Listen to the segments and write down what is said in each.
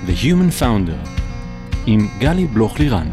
The Human Founder עם גלי בלוך-לירן.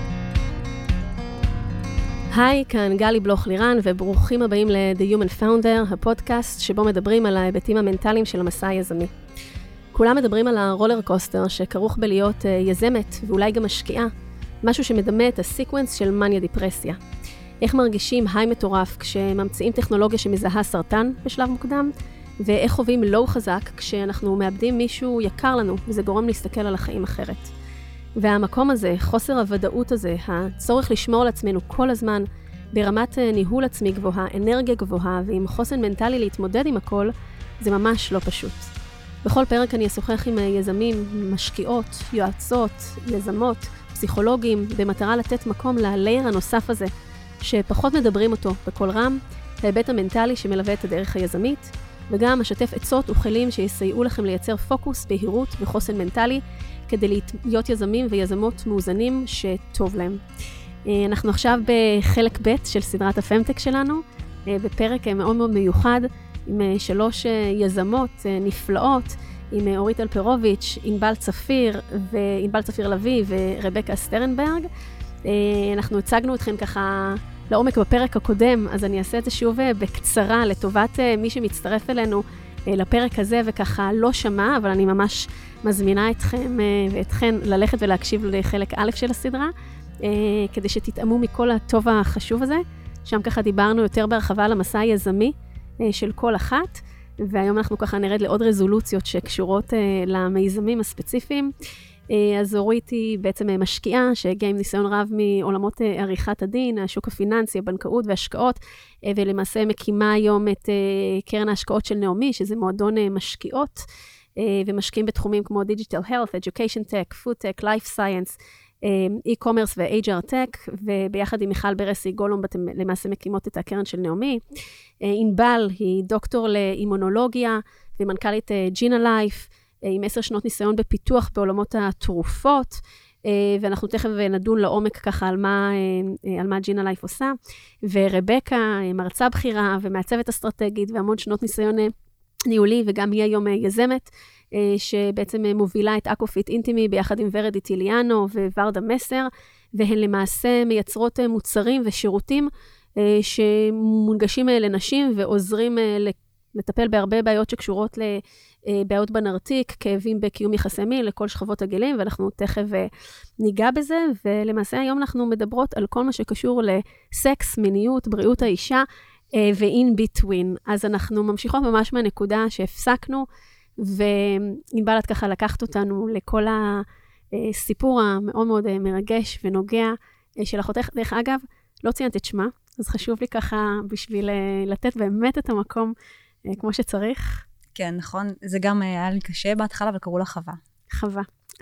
היי, כאן גלי בלוך-לירן וברוכים הבאים ל-The Human Founder, הפודקאסט שבו מדברים על ההיבטים המנטליים של המסע היזמי. כולם מדברים על הרולר קוסטר שכרוך בלהיות יזמת ואולי גם משקיעה, משהו שמדמה את הסיקוונס של מניה דיפרסיה. איך מרגישים היי מטורף כשממציאים טכנולוגיה שמזהה סרטן בשלב מוקדם, ואיך חווים לואו חזק כשאנחנו מאבדים מישהו יקר לנו, וזה גורם להסתכל על החיים אחרת. והמקום הזה, חוסר הוודאות הזה, הצורך לשמור על עצמנו כל הזמן, ברמת ניהול עצמי גבוהה, אנרגיה גבוהה, ועם חוסן מנטלי להתמודד עם הכל, זה ממש לא פשוט. בכל פרק אני אשוחח עם יזמים, משקיעות, יועצות, יזמות, פסיכולוגים, במטרה לתת מקום ללייר הנוסף הזה, שפחות מדברים אותו בכל רם, ההיבט המנטלי שמלווה את הדרך היזמית, וגם אשתף עצות וכלים שיסייעו לכם לייצר פוקוס, בהירות וחוסן מנטלי, כדי להיות יזמים ויזמות מאוזנים שטוב להם. אנחנו עכשיו בחלק ב' של סדרת הפמטק שלנו, בפרק מאוד מאוד מיוחד, עם 3 יזמות נפלאות, עם אורית אלפרוביץ', ענבל צפיר לוי ורבקה סטרנברג. אנחנו הצגנו אתכם ככה לעומק בפרק הקודם, אז אני אעשה את זה שוב בקצרה לטובת מי שמצטרף אלינו לפרק הזה וככה לא שמע, אבל אני ממש מזמינה אתכם ואתכן ללכת ולהקשיב לחלק א' של הסדרה, כדי שתתאמו מכל הטוב החשוב הזה. שם ככה דיברנו יותר בהרחבה על המסע היזמי של כל אחת, והיום אנחנו ככה נרד לעוד רזולוציות שקשורות למיזמים הספציפיים. אז אורית היא בעצם משקיעה שהגיעה עם ניסיון רב מעולמות עריכת הדין, השוק הפיננסי, הבנקאות והשקעות, ולמעשה מקימה היום את קרן ההשקעות של נעמי, שזה מועדון משקיעות, ומשקיעים בתחומים כמו Digital Health, Education Tech, Food Tech, Life Science, E-Commerce ו-HR Tech, וביחד עם מיכל ברסי גולום, אתם למעשה מקימות את הקרן של נעמי. ענבל היא דוקטור לאימונולוגיה, ומנכ"לית ג'ינה לייף, עם 10 שנות ניסיון בפיתוח בעולמות התרופות, ואנחנו תכף נדון לעומק ככה על מה ג'ינה לייף עושה, ורבקה, מרצה בחירה ומעצבת אסטרטגית, והמון שנות ניסיון ניהולי, וגם היא היום יזמת, שבעצם מובילה את אקופיט אינטימי ביחד עם ורד איטיליאנו וורדה מסר, והן למעשה מייצרות מוצרים ושירותים שמונגשים לנשים ועוזרים לטפל בהרבה בעיות שקשורות לבעיות בנרתיק, כאבים בקיום יחסי מין לכל שכבות הגילים, ואנחנו תכף ניגע בזה, ולמעשה היום אנחנו מדברות על כל מה שקשור לסקס, מיניות, בריאות האישה, ו-in between. אז אנחנו ממשיכות ממש מהנקודה שהפסקנו, וענבל את ככה לקחת אותנו לכל הסיפור המאוד מאוד מרגש ונוגע של אחותך. דרך אגב, לא ציינת את שמה, אז חשוב לי ככה בשביל לתת באמת את המקום כמו שצריך. כן, נכון. זה גם היה לי קשה בהתחלה, אבל קראו לה חווה. חווה.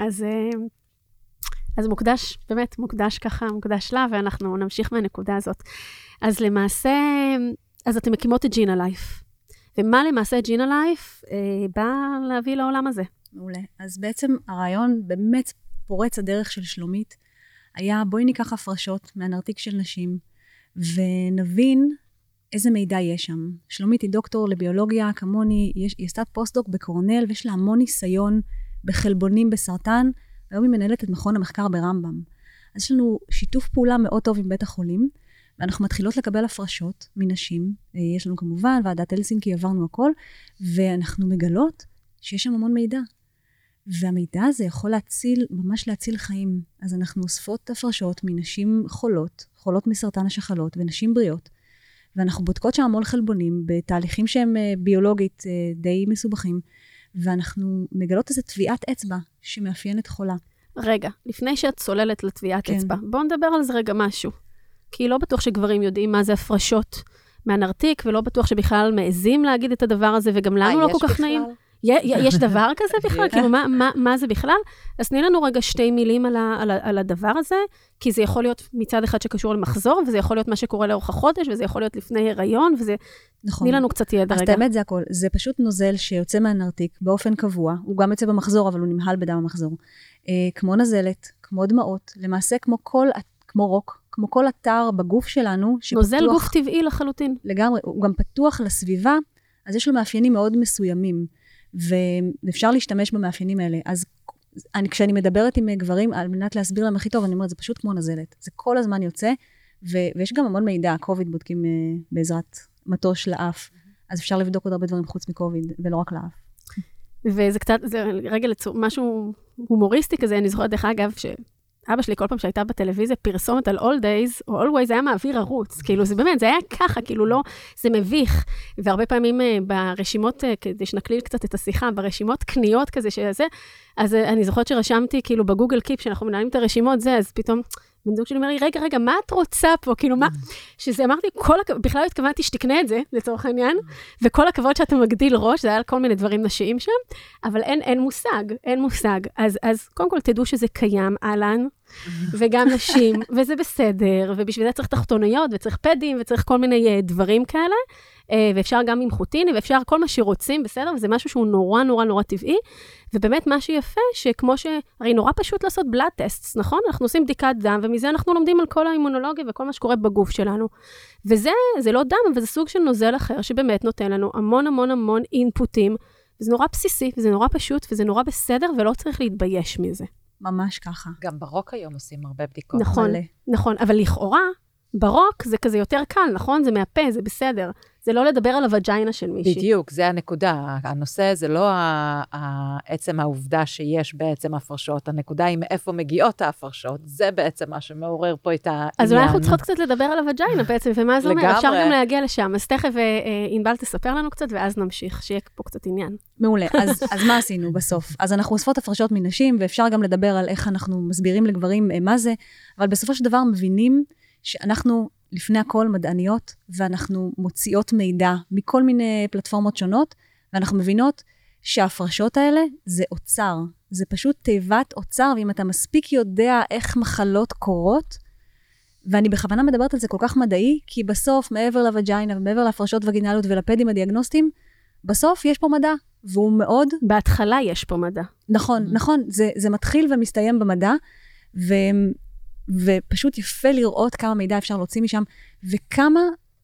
אז מוקדש, באמת מוקדש ככה, מוקדש לה, ואנחנו נמשיך מהנקודה הזאת. אז למעשה, אז אתם מקימות את ג'ינה לייף. ומה למעשה ג'ינה לייף בא להביא לעולם הזה? מעולה. אז בעצם הרעיון באמת פורץ הדרך של שלומית, היה בואי ניקח הפרשות מהנרתיק של נשים, ונבין איזה מידע יש שם. שלומית היא דוקטור לביולוגיה, כמוני, היא עשתה פוסט-דוק בקורנל, ויש לה המון ניסיון בחלבונים בסרטן, והיום היא מנהלת את מכון המחקר ברמב"ם. אז יש לנו שיתוף פעולה מאוד טוב עם בית החולים, ואנחנו מתחילות לקבל הפרשות מנשים, יש לנו כמובן, ועדת הלסינקי עברנו הכל, ואנחנו מגלות שיש שם המון מידע. והמידע הזה יכול ממש להציל חיים. אז אנחנו אוספות הפרשות מנשים חולות מסרטן השחלות, ונשים בריאות, ואנחנו בודקות שם המון חלבונים, בתהליכים שהם ביולוגית די מסובכים, ואנחנו מגלות איזו טביעת אצבע שמאפיינת חולה. רגע, לפני שאת צוללת לטביעת אצבע, בואו נדבר על זה רגע משהו. כי לא בטוח שגברים יודעים מה זה הפרשות מהנרתיק, ולא בטוח שבכלל מעזים להגיד את הדבר הזה, וגם לנו לא כל כך נעים. יש דבר כזה בכלל? כאילו, מה זה בכלל? אז תני לנו רגע 2 מילים על הדבר הזה, כי זה יכול להיות מצד אחד שקשור למחזור, וזה יכול להיות מה שקורה לאורך החודש, וזה יכול להיות לפני הריון, וזה... תני לנו קצת ידע רגע. אז באמת זה הכל. זה פשוט נוזל שיוצא מהנרתיק באופן קבוע, הוא גם יוצא במחזור, אבל הוא נמהל בדם המחזור. כמו נזלת, כמו דמעות, למעשה כמו רוק, כמו כל אתר בגוף שלנו, נוזל גוף טבעי לחלוטין. לגמרי, הוא גם פתוח לסביבה, אז יש לו מאפיינים מאוד מסוימים, ואפשר להשתמש במאפיינים האלה. אז כשאני מדברת עם גברים, על מנת להסביר להם הכי טוב, אני אומרת, זה פשוט כמו נזלת. זה כל הזמן יוצא, ויש גם המון מידע, קוביד בודקים בעזרת מטוש לאף, אז אפשר לבדוק עוד הרבה דברים חוץ מקוביד, ולא רק לאף. וזה קצת, זה רגע משהו הומוריסטי כזה, אני זוכרת דרך אגב, שאבא שלי כל פעם שהייתה בטלוויזיה, פרסומת על all days, או always, זה היה מעביר ערוץ, כאילו זה באמת, זה היה ככה, כאילו לא, זה מביך, והרבה פעמים ברשימות, כדי שנקליל קצת את השיחה, ברשימות קניות כזה שזה, אז אני זוכרת שרשמתי, כאילו בגוגל קיפ, שאנחנו מנהלים את הרשימות, זה, אז פתאום, בן זוג שלי אומר לי, רגע, מה את רוצה פה? כאילו, מה? שזה אמרתי, בכלל לא התכוונתי שתקנה את זה, לצורך העניין, וכל הכבוד שאתה מגדיל ראש, זה היה על כל מיני דברים נשיים שם, אבל אין מושג. אז קודם כל תדעו שזה קיים, אהלן, וגם נשים, וזה בסדר, ובשביל זה צריך תחתוניות, וצריך פדים, וצריך כל מיני דברים כאלה, ואפשר גם עם חוטיני, ואפשר כל מה שרוצים, בסדר? וזה משהו שהוא נורא, נורא, נורא טבעי, ובאמת מה שיפה, שכמו הרי נורא פשוט לעשות בלאד טסט, נכון? אנחנו עושים בדיקת דם, ומזה אנחנו לומדים על כל האימונולוגיה, וכל מה שקורה בגוף שלנו. וזה לא דם, אבל זה סוג של נוזל אחר, שבאמת נותן לנו המון, המון, המון אינפוטים, וזה נורא בסיסי, וזה נורא פשוט, וזה נורא בסדר, ולא צריך להתבייש מזה. ממש ככה. גם ברוק היום עושים הרבה בדיקות. נכון, אבל לכאורה, ברוק זה כזה יותר קל, נכון? זה מהפה, זה בסדר. זה לא לדבר על הווג'יינה של מישהי. בדיוק, זה הנקודה. הנושא זה לא עצם העובדה שיש בעצם הפרשות, הנקודה היא מאיפה מגיעות ההפרשות, זה בעצם מה שמעורר פה את העניין. אז אולי אנחנו צריכות קצת לדבר על הווג'יינה בעצם, ומה זה אומר? אפשר גם להגיע לשם. אז תכף ענבל תספר לנו קצת, ואז נמשיך, שיהיה פה קצת עניין. מעולה, אז מה עשינו בסוף? אז אנחנו אוספות הפרשות מנשים, ואפשר גם לדבר על איך אנחנו מסבירים לגברים מה זה, אבל בסופו של דבר מבינים שאנחנו לפני הכל מדעניות, ואנחנו מוציאות מידע מכל מיני פלטפורמות שונות, ואנחנו מבינות שההפרשות האלה זה אוצר. זה פשוט תיבת אוצר, ואם אתה מספיק יודע איך מחלות קורות, ואני בכוונה מדברת על זה כל כך מדעי, כי בסוף, מעבר לווג'יינה, ומעבר להפרשות וגינליות ולפדים הדיאגנוסטיים, בסוף יש פה מדע, והוא מאוד... בהתחלה יש פה מדע. נכון, זה מתחיל ומסתיים במדע, ופשוט יפה לראות כמה מידע אפשר להוציא משם, וכמה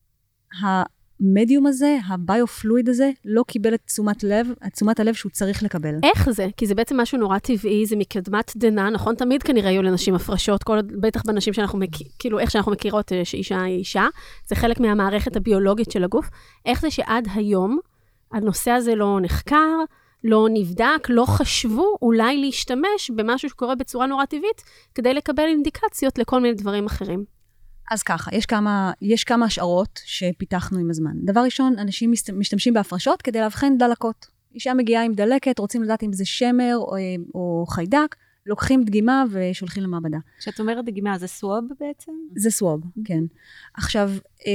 המדיום הזה, הביופלואיד הזה, לא קיבל את תשומת הלב שהוא צריך לקבל. איך זה? כי זה בעצם משהו נורא טבעי, זה מקדמת דנה, נכון? תמיד כנראה היו לנשים הפרשות, בטח בנשים שאנחנו כאילו איך שאנחנו מכירות שאישה היא אישה, זה חלק מהמערכת הביולוגית של הגוף. איך זה שעד היום הנושא הזה לא נחקר, לא נבדק, לא חשבו אולי להשתמש במשהו שקורה בצורה נורא טבעית, כדי לקבל אינדיקציות לכל מיני דברים אחרים. אז ככה, יש כמה השערות שפיתחנו עם הזמן. דבר ראשון, אנשים משתמשים בהפרשות כדי להבחן דלקות. אישה מגיעה עם דלקת, רוצים לדעת אם זה שמר או חיידק, לוקחים דגימה ושולחים למעבדה. כשאת אומרת דגימה, זה סוואב בעצם? זה סוואב, כן. עכשיו,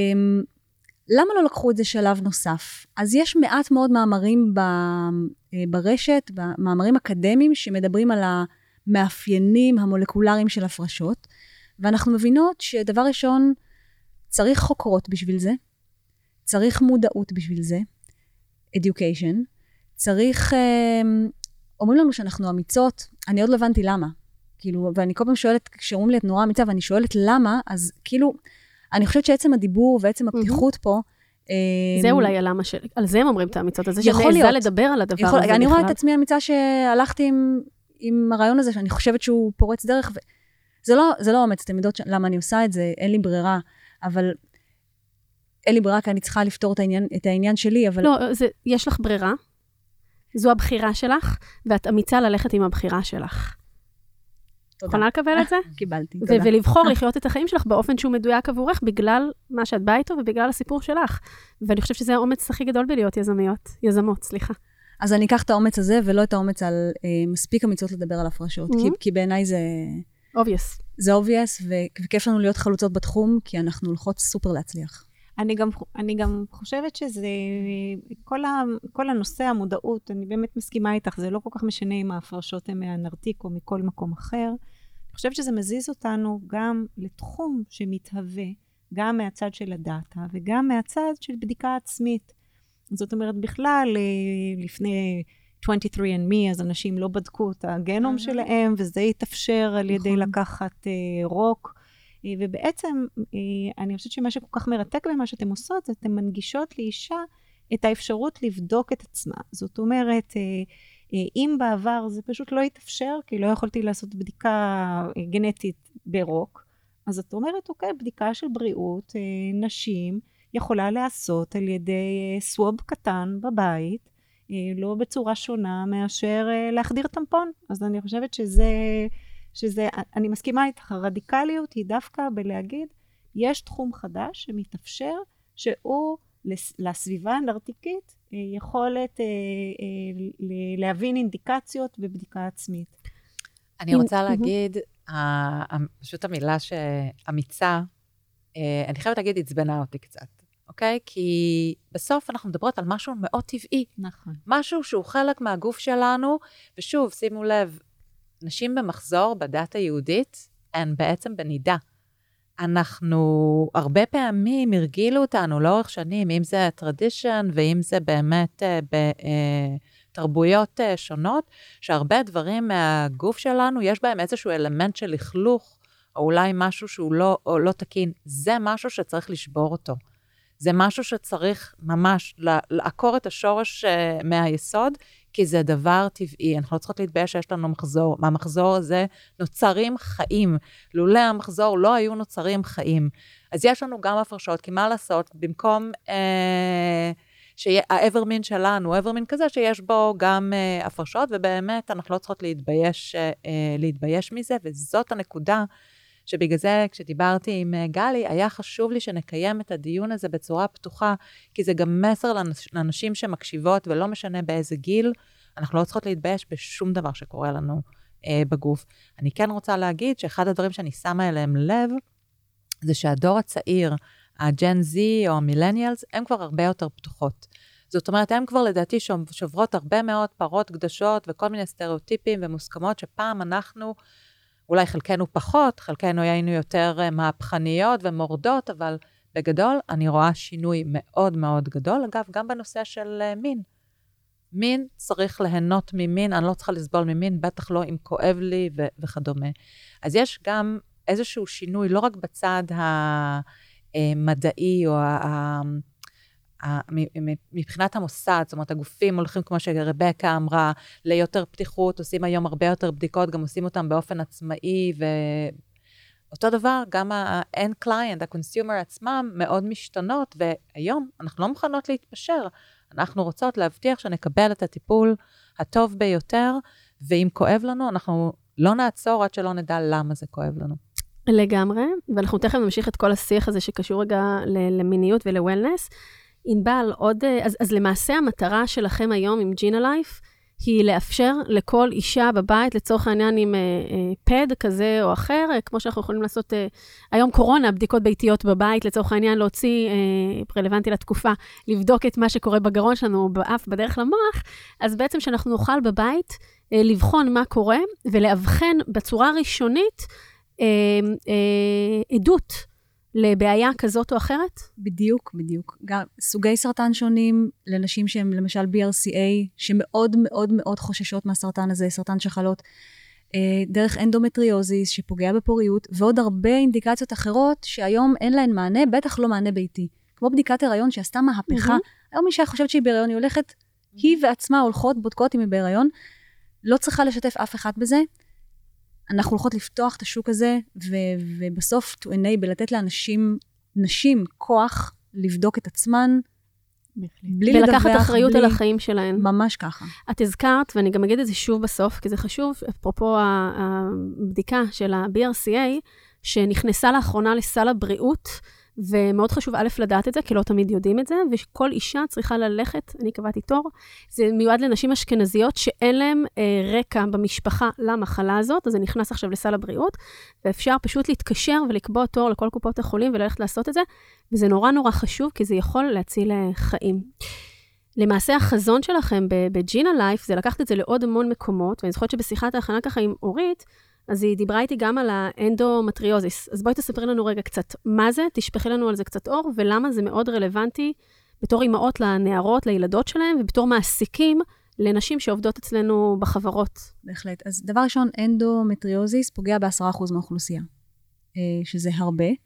למה לא לקחו את זה שלב נוסף? אז יש מעט מאוד מאמרים ברשת, מאמרים אקדמיים שמדברים על המאפיינים המולקולריים של הפרשות, ואנחנו מבינות שדבר ראשון, צריך חוקרות בשביל זה, צריך מודעות בשביל זה, education, צריך, אומרים לנו שאנחנו אמיצות, אני עוד לא הבנתי למה, כאילו, ואני כל פעם שואלת, כשאומרים לי את נורא אמיצה, ואני שואלת למה, אז כאילו, אני חושבת שעצם הדיבור ועצם הפתיחות פה, זה אולי הלמה על זה הם אומרים את האמיצות, אז זה שנעזה לדבר על הדבר הזה. אני רואה את עצמי אמיצה שהלכתי עם הרעיון הזה, שאני חושבת שהוא פורץ דרך, זה לא אומץ, אתם יודעות למה אני עושה את זה, אין לי ברירה, אבל אין לי ברירה, כי אני צריכה לפתור את העניין שלי, אבל... לא, יש לך ברירה, זו הבחירה שלך, ואת אמיצה ללכת עם הבחירה שלך. יכולה לקבל את זה? קיבלתי, תודה. ולבחור לחיות את החיים שלך באופן שהוא מדויק עבורך, בגלל מה שאת באה איתו ובגלל הסיפור שלך. ואני חושבת שזה האומץ הכי גדול בלהיות יזמות, סליחה. אז אני אקח את האומץ הזה, ולא את האומץ על מספיק אמיצות לדבר על הפרשות, כי בעיניי זה... obvious. זה obvious, וכיף לנו להיות חלוצות בתחום, כי אנחנו הולכות סופר להצליח. אני גם חושבת שזה, כל הנושא המודעות, אני באמת מסכימה איתך, זה לא כל כך משנה אם ההפרשות הן מהנרתיק או מכל מקום אחר. אני חושבת שזה מזיז אותנו גם לתחום שמתהווה, גם מהצד של הדאטה וגם מהצד של בדיקה עצמית. זאת אומרת, בכלל, לפני 23andMe, אז אנשים לא בדקו את הגנום שלהם, וזה יתאפשר על ידי לקחת רוק, ובעצם, אני חושבת שמה שכל כך מרתק במה שאתם עושות, זה אתם מנגישות לאישה את האפשרות לבדוק את עצמה. זאת אומרת, אם בעבר זה פשוט לא יתאפשר, כי לא יכולתי לעשות בדיקה גנטית ברוק, אז את אומרת, אוקיי, בדיקה של בריאות, נשים, יכולה לעשות על ידי סוואב קטן בבית, לא בצורה שונה מאשר להחדיר טמפון. אז אני חושבת שזה, אני מסכימה איתך, הרדיקליות היא דווקא בלהגיד, יש תחום חדש שמתאפשר, שהוא לסביבה הנרתיקית יכולת להבין אינדיקציות בבדיקה עצמית. אני רוצה להגיד, פשוט המילה שאמיצה, אני חייבת להגיד, עצבנה אותי קצת, אוקיי? כי בסוף אנחנו מדברות על משהו מאוד טבעי. נכון. משהו שהוא חלק מהגוף שלנו, ושוב, שימו לב, נשים במחזור בדת היהודית, הן בעצם בנידה. אנחנו הרבה פעמים הרגילו אותנו לאורך שנים, אם זה טרדישן, ואם זה באמת בתרבויות שונות, שהרבה דברים מהגוף שלנו, יש בהם איזשהו אלמנט של לכלוך, או אולי משהו שהוא לא תקין. זה משהו שצריך לשבור אותו. זה משהו שצריך ממש לעקור את השורש מהיסוד, כי זה דבר טבעי. אנחנו לא צריכות להתבייש שיש לנו מחזור. מהמחזור הזה נוצרים חיים. לולא המחזור לא היו נוצרים חיים. אז יש לנו גם הפרשות, כי מה לעשות? במקום שהאברמין שלנו, אברמין כזה שיש בו גם הפרשות, ובאמת אנחנו לא צריכות להתבייש מזה, וזאת הנקודה שבגלל זה, כשדיברתי עם גלי, היה חשוב לי שנקיים את הדיון הזה בצורה פתוחה, כי זה גם מסר לאנשים שמקשיבות, ולא משנה באיזה גיל, אנחנו לא צריכות להתבייש בשום דבר שקורה לנו בגוף. אני כן רוצה להגיד שאחד הדברים שאני שמה אליהם לב, זה שהדור הצעיר, הג'ן זי או המילניאלס, הם כבר הרבה יותר פתוחות. זאת אומרת, הם כבר לדעתי שוברות הרבה מאוד פרות קדושות, וכל מיני סטריאוטיפים ומוסכמות, שפעם אנחנו אולי חלקנו פחות, חלקנו היינו יותר מהפכניות ומורדות, אבל בגדול אני רואה שינוי מאוד מאוד גדול. אגב, גם בנושא של מין. מין צריך ליהנות ממין, אני לא צריכה לסבול ממין, בטח לא אם כואב לי וכדומה. אז יש גם איזשהו שינוי, לא רק בצד המדעי או מבחינת המוסד, זאת אומרת, הגופים הולכים, כמו שרבקה אמרה, ליותר פתיחות, עושים היום הרבה יותר בדיקות, גם עושים אותם באופן עצמאי, ואותו דבר, גם ה-end client, ה-consumer עצמם, מאוד משתנות, והיום אנחנו לא מוכנות להתפשר, אנחנו רוצות להבטיח שנקבל את הטיפול הטוב ביותר, ואם כואב לנו, אנחנו לא נעצור עד שלא נדע למה זה כואב לנו. לגמרי, ואנחנו תכף נמשיך את כל השיח הזה שקשור רגע למיניות ולוולנס, ענבל, אז למעשה המטרה שלכם היום עם ג'ינה לייף, היא לאפשר לכל אישה בבית, לצורך העניין עם פד כזה או אחר, כמו שאנחנו יכולים לעשות היום קורונה, בדיקות ביתיות בבית, לצורך העניין להוציא, רלוונטי לתקופה, לבדוק את מה שקורה בגרון שלנו, באף, בדרך למוח, אז בעצם שאנחנו נוכל בבית לבחון מה קורה, ולאבחן בצורה ראשונית עדות, לבעיה כזאת או אחרת? בדיוק, בדיוק. גם סוגי סרטן שונים לנשים שהם למשל BRCA, שמאוד מאוד מאוד חוששות מהסרטן הזה, סרטן שחלות, דרך אנדומטריוזיס שפוגע בפוריות, ועוד הרבה אינדיקציות אחרות שהיום אין להן מענה, בטח לא מענה ביתי. כמו בדיקת הריון שעשתה מהפכה, היום מי שחושבת שהיא בהיריון, היא הולכת, היא ועצמה הולכות, בודקות אם היא בהיריון, לא צריכה לשתף אף אחד בזה, אנחנו הולכות לפתוח את השוק הזה, ובסוף to enable, לתת לאנשים, נשים, כוח, לבדוק את עצמן, בלי לדווח, ולקחת אחריות על החיים שלהן. ממש ככה. את הזכרת, ואני גם אגיד את זה שוב בסוף, כי זה חשוב, אפרופו הבדיקה של ה-BRCA, שנכנסה לאחרונה לסל הבריאות, ומאוד חשוב א' לדעת את זה, כי לא תמיד יודעים את זה, וכל אישה צריכה ללכת, אני קבעתי תור, זה מיועד לנשים אשכנזיות שאין להם רקע במשפחה למחלה הזאת, אז זה נכנס עכשיו לסל הבריאות, ואפשר פשוט להתקשר ולקבוע תור לכל קופות החולים וללכת לעשות את זה, וזה נורא נורא חשוב, כי זה יכול להציל חיים. למעשה החזון שלכם בג'ינה לייף, זה לקחת את זה לעוד המון מקומות, ואני זוכרת שבשיחת ההכנה ככה עם אורית, אז היא דיברה איתי גם על האנדומטריוזיס. אז בואי תספרי לנו רגע קצת מה זה, תשפכי לנו על זה קצת אור, ולמה זה מאוד רלוונטי בתור אימהות לנערות, לילדות שלהם, ובתור מעסיקים לנשים שעובדות אצלנו בחברות. בהחלט. אז דבר ראשון, אנדומטריוזיס פוגע ב10% מהאוכלוסייה, שזה הרבה,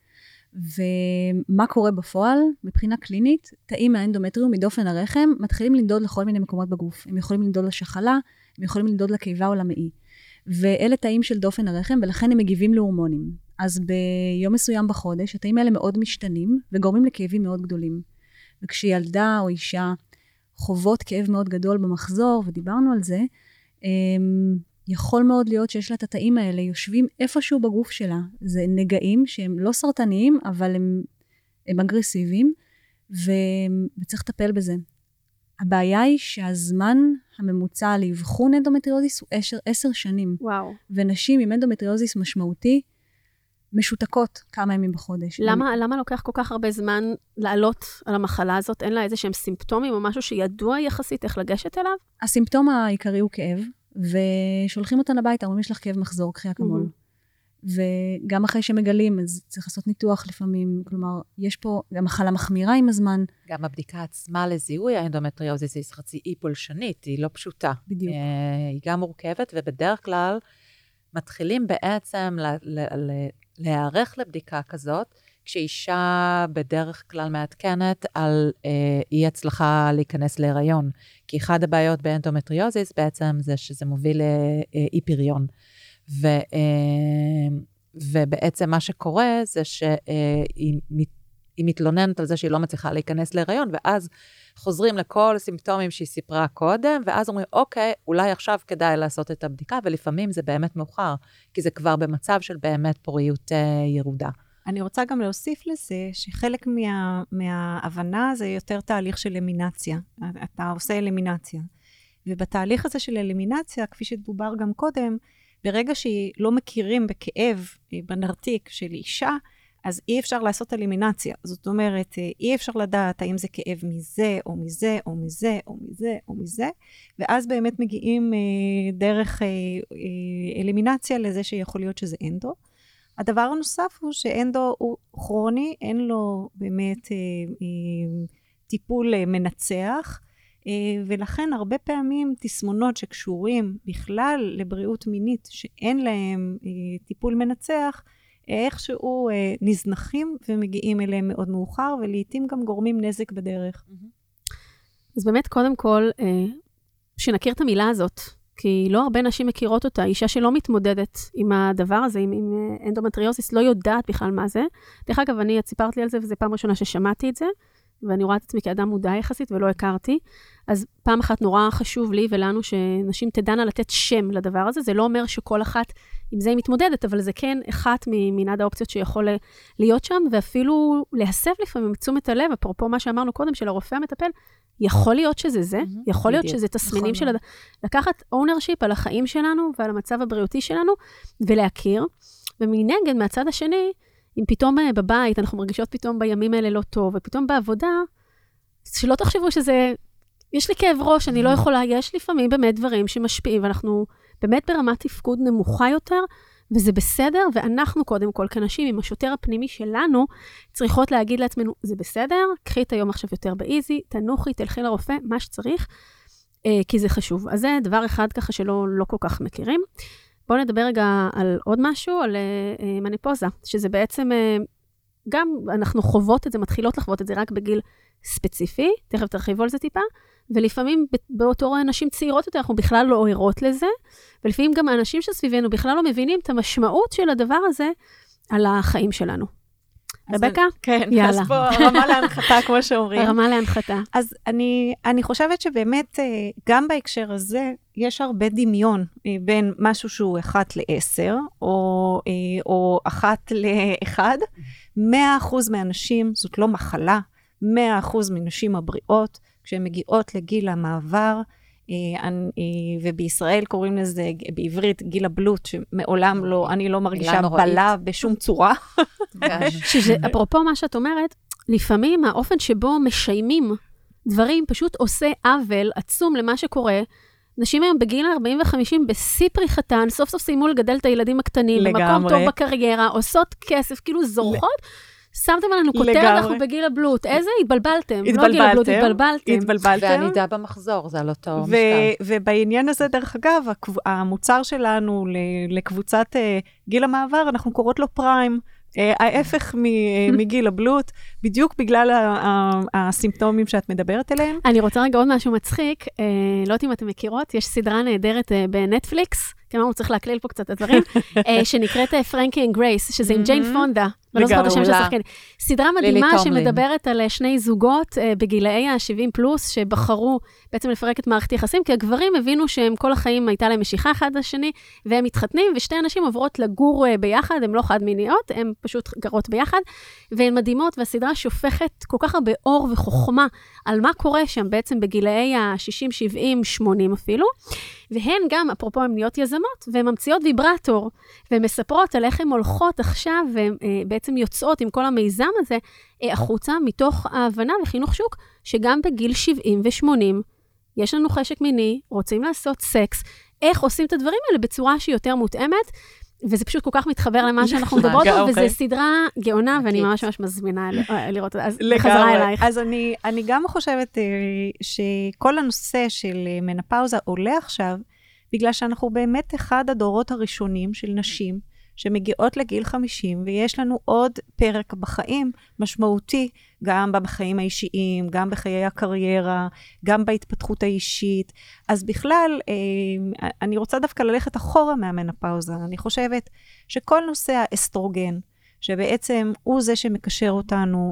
ומה קורה בפועל? מבחינה קלינית, תאים מהאנדומטריום מדופן הרחם מתחילים לנדוד לכל מיני מקומות בגוף. הם יכולים לנדוד לשחלה, הם יכולים לנדוד לקיבה או למעי. ואלה תאים של דופן הרחם, ולכן הם מגיבים להורמונים. אז ביום מסוים בחודש, התאים האלה מאוד משתנים, וגורמים לכאבים מאוד גדולים. וכשילדה או אישה חוות כאב מאוד גדול במחזור, ודיברנו על זה, יכול מאוד להיות שיש לה את התאים האלה, יושבים איפשהו בגוף שלה. זה נגעים שהם לא סרטניים, אבל הם אגרסיביים, וצריך לטפל בזה. הבעיה היא שהזמן הממוצע לאבחון אנדומטריוזיס הוא 10 שנים. וואו. ונשים עם אנדומטריוזיס משמעותי, משותקות כמה ימים בחודש. למה לוקח כל כך הרבה זמן לעלות על המחלה הזאת? אין לה איזה שהם סימפטומים או משהו שידוע יחסית איך לגשת אליו? הסימפטום העיקרי הוא כאב, ושולחים אותן הביתה, אומרים, יש לך כאב מחזור, קחי אקמול. וגם אחרי שמגלים, אז צריך לעשות ניתוח לפעמים, כלומר, יש פה גם מחלה מחמירה עם הזמן. גם הבדיקה עצמה לזיהוי האנדומטריוזיס היא חצי פולשנית, היא לא פשוטה. בדיוק. היא גם מורכבת, ובדרך כלל מתחילים בעצם להיערך לבדיקה כזאת, כשאישה בדרך כלל מעדכנת על אי הצלחה להיכנס להיריון. כי אחד הבעיות באנדומטריוזיס בעצם זה שזה מוביל לאי פריון. ובעצם מה שקורה זה שהיא מתלוננת על זה שהיא לא מצליחה להיכנס להיריון, ואז חוזרים לכל הסימפטומים שהיא סיפרה קודם, ואז אומרים, אוקיי, אולי עכשיו כדאי לעשות את הבדיקה, ולפעמים זה באמת מאוחר, כי זה כבר במצב של באמת פוריות ירודה. אני רוצה גם להוסיף לזה, שחלק מההבנה זה יותר תהליך של אלמינציה. אתה עושה אלמינציה. ובתהליך הזה של אלמינציה, כפי שדובר גם קודם, ברגע שלא מכירים בכאב בנרתיק של אישה, אז אי אפשר לעשות אלימינציה. זאת אומרת, אי אפשר לדעת האם זה כאב מזה, או מזה, או מזה, או מזה, או מזה, ואז באמת מגיעים דרך אלימינציה לזה שיכול להיות שזה אנדו. הדבר הנוסף הוא שאנדו הוא כרוני, אין לו באמת טיפול מנצח, ולכן הרבה פעמים תסמונות שקשורים בכלל לבריאות מינית, שאין להם טיפול מנצח, איכשהו נזנחים ומגיעים אליהם מאוד מאוחר, ולעיתים גם גורמים נזק בדרך. אז באמת קודם כל, שנכיר את המילה הזאת, כי לא הרבה נשים מכירות אותה, אישה שלא מתמודדת עם הדבר הזה, עם אנדומטריוזיס, לא יודעת בכלל מה זה. דרך אגב, את סיפרת לי על זה, וזו פעם ראשונה ששמעתי את זה, ואני רואה את עצמי כאדם מודע יחסית ולא הכרתי. אז פעם אחת נורא חשוב לי ולנו שנשים תדענה לתת שם לדבר הזה. זה לא אומר שכל אחת עם זה היא מתמודדת, אבל זה כן אחת ממנעד האופציות שיכול להיות שם, ואפילו להסב לפעמים תשומת הלב, אפרופו מה שאמרנו קודם, של הרופא המטפל, יכול להיות שזה זה, יכול להיות שזה תסמינים של לקחת ownership על החיים שלנו ועל המצב הבריאותי שלנו, ולהכיר. ומנגד, מהצד השני, אם פתאום בבית, אנחנו מרגישות פתאום בימים האלה לא טוב, ופתאום בעבודה, שלא תחשבו שזה, יש לי כאב ראש, אני לא יכולה, יש לפעמים באמת דברים שמשפיעים, ואנחנו באמת ברמת תפקוד נמוכה יותר, וזה בסדר, ואנחנו קודם כל, כנשים עם השוטר הפנימי שלנו, צריכות להגיד לעצמנו, זה בסדר, קחי את היום עכשיו יותר באיזי, תנוחי, תלכי לרופא, מה שצריך, כי זה חשוב. אז זה דבר אחד ככה שלא כל כך מכירים. בואו נדבר רגע על עוד משהו, על מנופוזה, שזה בעצם, גם אנחנו חוות את זה, מתחילות לחוות את זה רק בגיל ספציפי, תכף תרחיבו על זה טיפה, ולפעמים באותו נשים צעירות יותר, אנחנו בכלל לא ערות לזה, ולפעמים גם האנשים שסביבנו בכלל לא מבינים את המשמעות של הדבר הזה על החיים שלנו. רבקה? כן, יאללה. אז פה הרמה להנחתה, כמו שאומרים. הרמה להנחתה. אז אני חושבת שבאמת, גם בהקשר הזה, יש הרבה דמיון בין משהו שהוא 1:10, או 1:1. 100% מהנשים, זאת לא מחלה, 100% מנשים הבריאות, כשהן מגיעות לגיל המעבר, ובישראל קוראים לזה, בעברית, גיל הבלוט, שמעולם לא, אני לא מרגישה בלה בשום צורה. שזה, אפרופו מה שאת אומרת, לפעמים האופן שבו משיימים דברים פשוט עושה עוול עצום למה שקורה. נשים היום בגיל 40 ו-50 בשיא פריחתן, סוף סוף סיימו לגדל את הילדים הקטנים, במקום טוב בקריירה, עושות כסף, כאילו זורחות, שמתם עלינו כותרת, אנחנו בגיל הבלוט. איזה? התבלבלתם. לא גיל הבלוט, התבלבלתם. וענידה במחזור, זה על אותו משקל. ובעניין הזה, דרך אגב, המוצר שלנו לקבוצת גיל המעבר, אנחנו קוראות לו פריים, ההפך מגיל הבלוט, בדיוק בגלל הסימפטומים שאת מדברת עליהם. אני רוצה רגע עוד משהו מצחיק, לא יודעת אם אתם מכירות, יש סדרה נהדרת בנטפליקס, כמה הוא צריך להקליל פה קצת את הדברים, שנקראת פרנקי אנד גרייס, שזה עם ג'יין פונדה, ולא זוכרת השם של השחקנית. סדרה מדהימה שמדברת על שני זוגות בגילאי ה-70 פלוס, שבחרו בעצם לפרק את מערכת יחסים, כי הגברים הבינו שהם כל החיים הייתה להם משיכה אחד לשני, והם מתחתנים, ושתי אנשים עוברות לגור ביחד, הן לא חד מיניות, הן פשוט גרות ביחד, והן מדהימות, והסדרה שופכת כל כך הרבה אור וחוכמה על מה קורה שם בעצם בגילאי ה-60, 70, 80 אפילו, והן גם, אפרופו הן נהיות יזמות, והן ממציאות ויברטור, והן מספרות על איך הן הולכות עכשיו, והן בעצם יוצאות עם כל המיזם הזה, החוצה מתוך ההבנה וחינוך שוק, שגם בגיל 70 ו-80, יש לנו חשק מיני, רוצים לעשות סקס, איך עושים את הדברים האלה בצורה שהיא יותר מותאמת, וזה פשוט כל כך מתחבר למה שאנחנו מדברות פה, וזו סדרה גאונה, ואני ממש ממש מזמינה לראות אותה. אז חזרה אלייך. אז אני גם חושבת שכל הנושא של מנופאוזה עולה עכשיו, בגלל שאנחנו באמת אחד הדורות הראשונים של נשים, שמגיעות לגיל 50, ויש לנו עוד פרק בחיים משמעותי, גם בחיים האישיים, גם בחיי הקריירה, גם בהתפתחות האישית. אז בכלל, אני רוצה דווקא ללכת אחורה מהמנופאוזה. אני חושבת שכל נושא האסטרוגן, שבעצם הוא זה שמקשר אותנו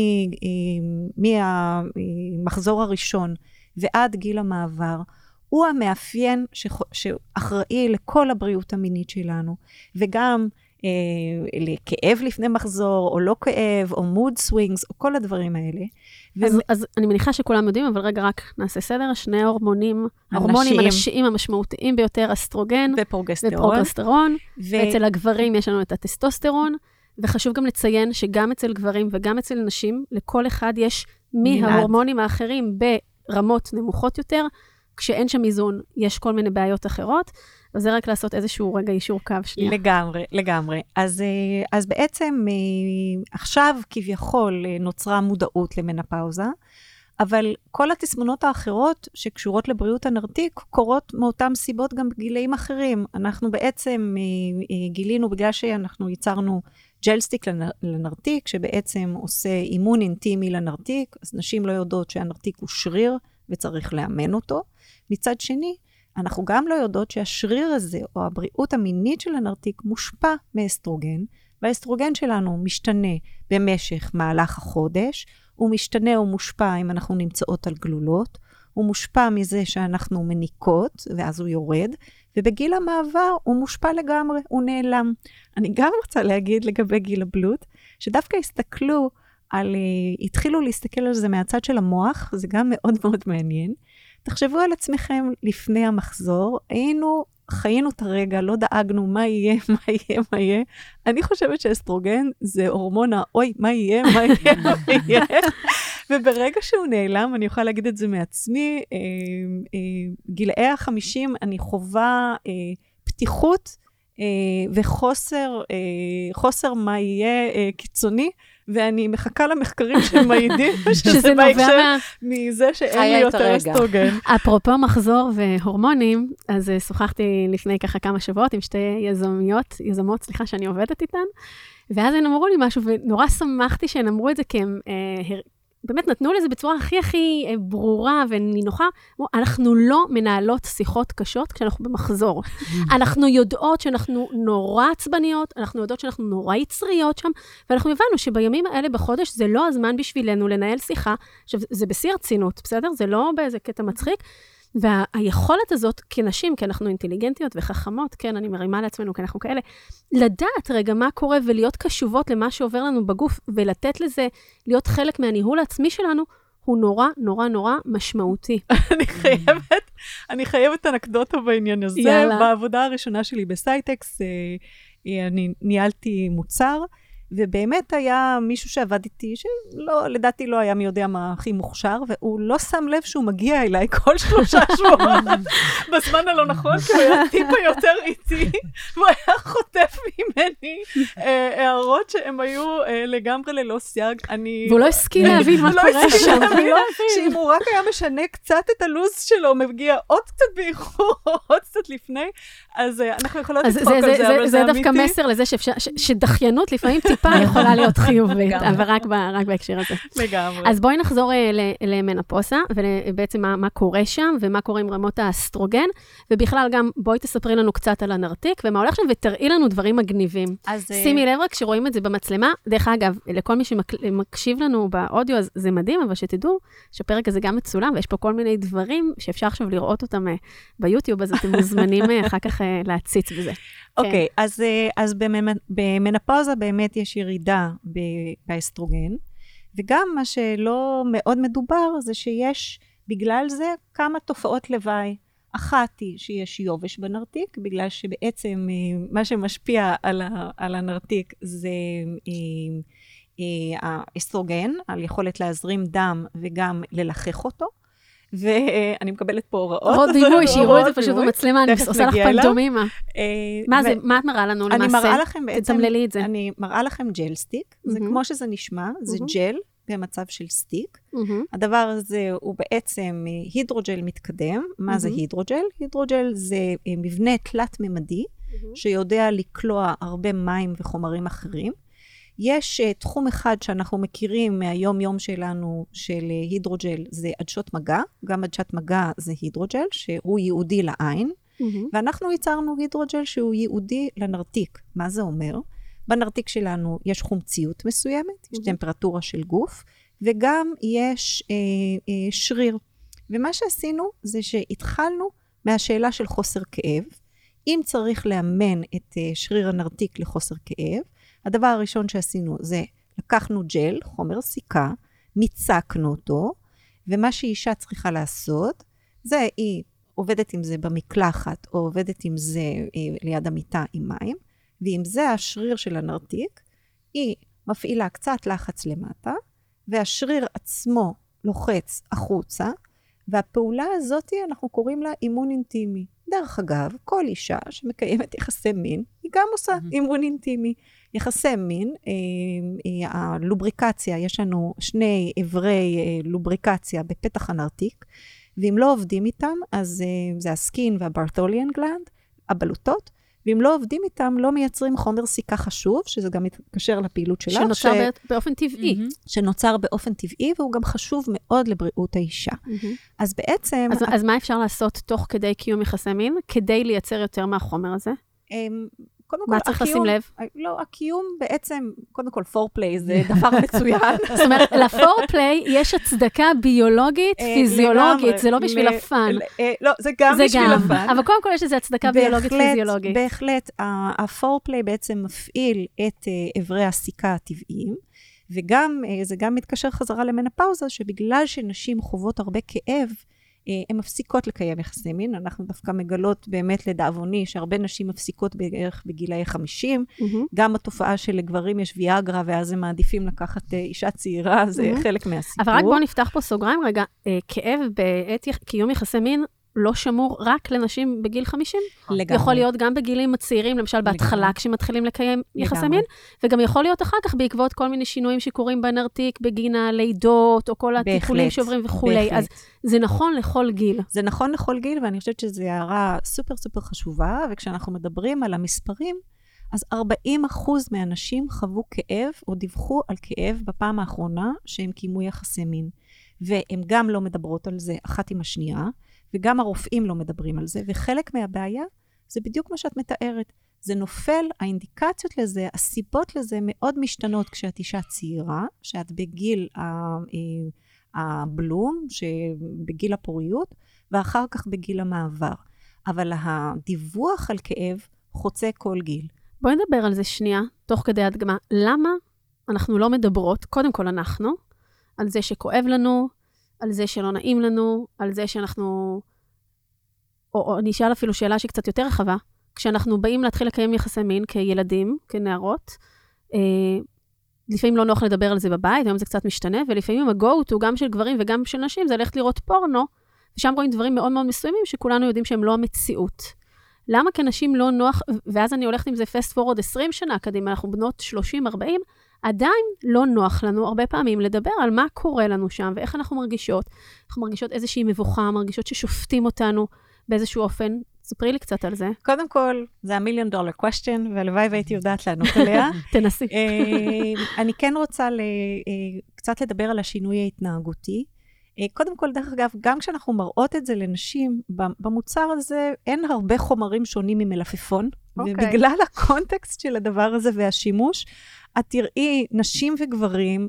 מהמחזור הראשון ועד גיל המעבר, הוא המאפיין שאחראי לכל הבריאות המינית שלנו, וגם לכאב לפני מחזור, או לא כאב, או mood swings, או כל הדברים האלה. אז אני מניחה שכולם יודעים, אבל רגע רק נעשה סדר, שני ההורמונים הנשיים המשמעותיים ביותר, אסטרוגן ופרוגסטרון, ואצל הגברים יש לנו את הטסטוסטרון, וחשוב גם לציין שגם אצל גברים וגם אצל נשים, לכל אחד יש מההורמונים האחרים ברמות נמוכות יותר, כשאין שם איזון, יש כל מיני בעיות אחרות, וזה רק לעשות איזשהו רגע אישור קו שנייה. לגמרי. אז בעצם עכשיו כביכול נוצרה מודעות למנופאוזה, אבל כל התסמונות האחרות שקשורות לבריאות הנרתיק, קורות מאותן סיבות גם בגילאים אחרים. אנחנו בעצם גילינו, בגלל שאנחנו ייצרנו ג'לסטיק לנרתיק, שבעצם עושה אימון אינטימי לנרתיק, אז נשים לא יודעות שהנרתיק הוא שריר, וצריך לאמן אותו. מצד שני, אנחנו גם לא יודעות שהשריר הזה, או הבריאות המינית של הנרתיק, מושפע מאסטרוגן, והאסטרוגן שלנו משתנה במשך מהלך החודש, הוא משתנה או מושפע אם אנחנו נמצאות על גלולות, הוא מושפע מזה שאנחנו מניקות, ואז הוא יורד, ובגיל המעבר הוא מושפע לגמרי, הוא נעלם. אני גם רוצה להגיד לגבי גיל הבלוט, שדווקא התחילו להסתכל על זה מהצד של המוח, זה גם מאוד מאוד מעניין. תחשבו על עצמכם לפני המחזור, חיינו את הרגע, לא דאגנו מה יהיה. אני חושבת שאסטרוגן זה הורמון אוי, מה יהיה. וברגע שהוא נעלם, אני יכולה להגיד את זה מעצמי, גילאי ה-50, אני חובה פתיחות וחוסר מה יהיה קיצוני, ואני מחכה למחקרים שמעידים שזה בהקשר מזה שאין לי יותר אסטרוגן. אפרופו מחזור והורמונים, אז שוחחתי לפני ככה כמה שבועות עם שתי יזמות, סליחה שאני עובדת איתן, ואז הן אמרו לי משהו, ונורא שמחתי שהן אמרו את זה, כי הם באמת נתנו לזה בצורה הכי ברורה ונינוחה, אנחנו לא מנהלות שיחות קשות כשאנחנו במחזור. אנחנו יודעות שאנחנו נורא עצבניות, אנחנו יודעות שאנחנו נורא יצריות שם, ואנחנו הבנו שבימים האלה בחודש זה לא הזמן בשבילנו לנהל שיחה, עכשיו זה בשיא הרצינות, בסדר? זה לא באיזה קטע מצחיק, והיכולת הזאת כנשים, כי אנחנו אינטליגנטיות וחכמות, כן, אני מרימה לעצמנו, כי אנחנו כאלה, לדעת רגע מה קורה ולהיות קשובות למה שעובר לנו בגוף, ולתת לזה, להיות חלק מהניהול העצמי שלנו, הוא נורא, נורא, נורא משמעותי. אני חייבת אנקדוטה בעניין הזה. יאללה. בעבודה הראשונה שלי בסייטקס, אני ניהלתי מוצר, ובאמת היה מישהו שעבד איתי, לדעתי לא היה מי יודע מה הכי מוכשר, והוא לא שם לב שהוא מגיע אליי כל 3 שבועות, בזמן הלא נכון, כי הוא היה טיפה יותר איטי, והוא היה חוטף ממני הערות שהם היו לגמרי ללא סייג. והוא לא הסכים להבין מה קורה שם. שאם הוא רק היה משנה קצת את הלוז שלו, מגיע עוד קצת באיחור, עוד קצת לפני, אז אנחנו יכולות לצחוק על זה, אבל זה אמיתי. זה דווקא מסר לזה שדחיינות לפעמים טיפה יכולה להיות חיובית, אבל רק בהקשר הזה. לגמרי. אז בואי נחזור למנופאוזה, ובעצם מה קורה שם, ומה קורה עם רמות האסטרוגן, ובכלל גם בואי תספרי לנו קצת על הנרתיק, ומה הולך שם, ותראי לנו דברים מגניבים. שימי לב רק שרואים את זה במצלמה, דרך אגב, לכל מי שמקשיב לנו באודיו, אז זה מדהים, אבל שתדעו שהפרק הזה גם מצולם, ויש פה כל מיני דברים שאפשר עכשיו לראות אותם ביוטיוב, אז אתם מוזמנים אחר כך להציץ בזה. אוקיי, אז במנופאוזה באמת יש ירידה באסטרוגן, וגם מה שלא מאוד מדובר, זה שיש בגלל זה כמה תופעות לוואי. אחת היא שיש יובש בנרתיק, בגלל שבעצם מה שמשפיע על הנרתיק זה האסטרוגן, על יכולת להזרים דם וגם ללחך אותו, ואני מקבלת פה הוראות. עוד דימוי, שיראו את זה פשוט במצלמה, אני עושה לך פנטומימה. מה את מראה לנו למעשה? אני מראה לכם בעצם, תתמללי את זה. אני מראה לכם ג'ל סטיק, זה כמו שזה נשמע, זה ג'ל במצב של סטיק. הדבר הזה הוא בעצם הידרוג'ל מתקדם. מה זה הידרוג'ל? הידרוג'ל זה מבנה תלת-ממדי, שיודע לקלוע הרבה מים וחומרים אחרים. יש תחום אחד שאנחנו מכירים מהיום-יום שלנו של הידרוג'ל, זה עדשות מגע. גם עדשת מגע זה הידרוג'ל, שהוא ייעודי לעין. ואנחנו ייצרנו הידרוג'ל שהוא ייעודי לנרתיק. מה זה אומר? בנרתיק שלנו יש חומציות מסוימת, יש טמפרטורה של גוף, וגם יש שריר. ומה שעשינו זה שהתחלנו מהשאלה של חוסר כאב. אם צריך לאמן את שריר הנרתיק לחוסר כאב, הדבר הראשון שעשינו זה לקחנו ג'ל, חומר סיכה, מיצקנו אותו, ומה שאישה צריכה לעשות, זה היא עובדת עם זה במקלחת, או עובדת עם זה ליד המיטה עם מים, ואם זה השריר של הנרתיק, היא מפעילה קצת לחץ למטה, והשריר עצמו לוחץ החוצה, והפעולה הזאת אנחנו קוראים לה אימון אינטימי. דרך אגב, כל אישה שמקיימת יחסי מין, היא גם עושה אימון אינטימי. יחסי מין, הלובריקציה, יש לנו שני עברי לובריקציה בפתח הנרתיק, ואם לא עובדים איתם, אז זה הסקין והברתוליאן גלנד, הבלוטות, ואם לא עובדים איתם, לא מייצרים חומר סיכה חשוב, שזה גם מתקשר לפעילות שלך. שנוצר באופן טבעי. שנוצר באופן טבעי, והוא גם חשוב מאוד לבריאות האישה. אז בעצם... אז מה אפשר לעשות תוך כדי קיום יחסי מין, כדי לייצר יותר מהחומר הזה? קודם כל, מה צריך לשים לב? לא, הקיום בעצם, קודם כל, פורפליי זה דבר מצוין. זאת אומרת, לפורפליי יש הצדקה ביולוגית, פיזיולוגית, זה לא בשביל הפן. לא, זה גם בשביל הפן. אבל קודם כל יש איזו הצדקה ביולוגית, פיזיולוגית. בהחלט, הפורפליי בעצם מפעיל את עברי הסיכה הטבעיים, וגם, זה גם מתקשר חזרה למנופאוזה, שבגלל שנשים חוות הרבה כאב, הן מפסיקות לקיים יחסי מין, אנחנו דווקא מגלות באמת לדאבוני, שהרבה נשים מפסיקות בערך בגילאי 50, גם התופעה שלגברים יש ויאגרה, ואז הם מעדיפים לקחת אישה צעירה, זה חלק מהסיפור. אבל רק בואו נפתח פה סוגריים רגע, כאב בעת קיום יחסי מין, לא שמור רק לנשים בגיל 50. לגמרי. יכול להיות גם בגילים הצעירים, למשל בהתחלה כשמתחילים לקיים יחסי מין, וגם יכול להיות אחר כך בעקבות כל מיני שינויים שקורים בנרתיק, בגין הלידות, או כל הטיפולים שעוברים וכולי. אז זה נכון לכל גיל. זה נכון לכל גיל, ואני חושבת שזו הערה סופר סופר חשובה, וכשאנחנו מדברים על המספרים, אז 40% מהנשים חוו כאב, או דיווחו על כאב בפעם האחרונה, שהם קיימו יחסי מין. והן גם לא מדברות על זה אחת עם השנייה, וגם הרופאים לא מדברים על זה, וחלק מהבעיה זה בדיוק מה שאת מתארת. זה נופל, האינדיקציות לזה, הסיבות לזה מאוד משתנות כשאת אישה צעירה, שאת בגיל הבלום, בגיל הפוריות, ואחר כך בגיל המעבר. אבל הדיווח על כאב חוצה כל גיל. בואי נדבר על זה שנייה, תוך כדי הדגמה. למה אנחנו לא מדברות, קודם כל אנחנו, על זה שכואב לנו, על זה שלא נעים לנו, על זה שאנחנו, או אני אשאל אפילו שאלה שהיא קצת יותר רחבה, כשאנחנו באים להתחיל לקיים יחסי מין כילדים, כנערות, לפעמים לא נוח לדבר על זה בבית, היום זה קצת משתנה, ולפעמים ה-go-to גם של גברים וגם של נשים, זה ללכת לראות פורנו, ושם רואים דברים מאוד מאוד מסוימים, שכולנו יודעים שהם לא המציאות. למה כנשים לא נוח, ואז אני הולכת עם זה fast forward 20 שנה קדימה, אנחנו בנות 30-40, עדיין לא נוח לנו הרבה פעמים לדבר על מה קורה לנו שם, ואיך אנחנו מרגישות. אנחנו מרגישות איזושהי מבוכה, מרגישות ששופטים אותנו באיזשהו אופן. ספרי לי קצת על זה. קודם כל, זה $1,000,000 question, והלוואי והייתי יודעת לענות עליה. תנסי. אני כן רוצה קצת לדבר על השינוי ההתנהגותי. קודם כל, דרך אגב, גם כשאנחנו מראות את זה לנשים, במוצר הזה אין הרבה חומרים שונים ממלפפון, ובגלל הקונטקסט של הדבר הזה והשימוש, את תראי נשים וגברים,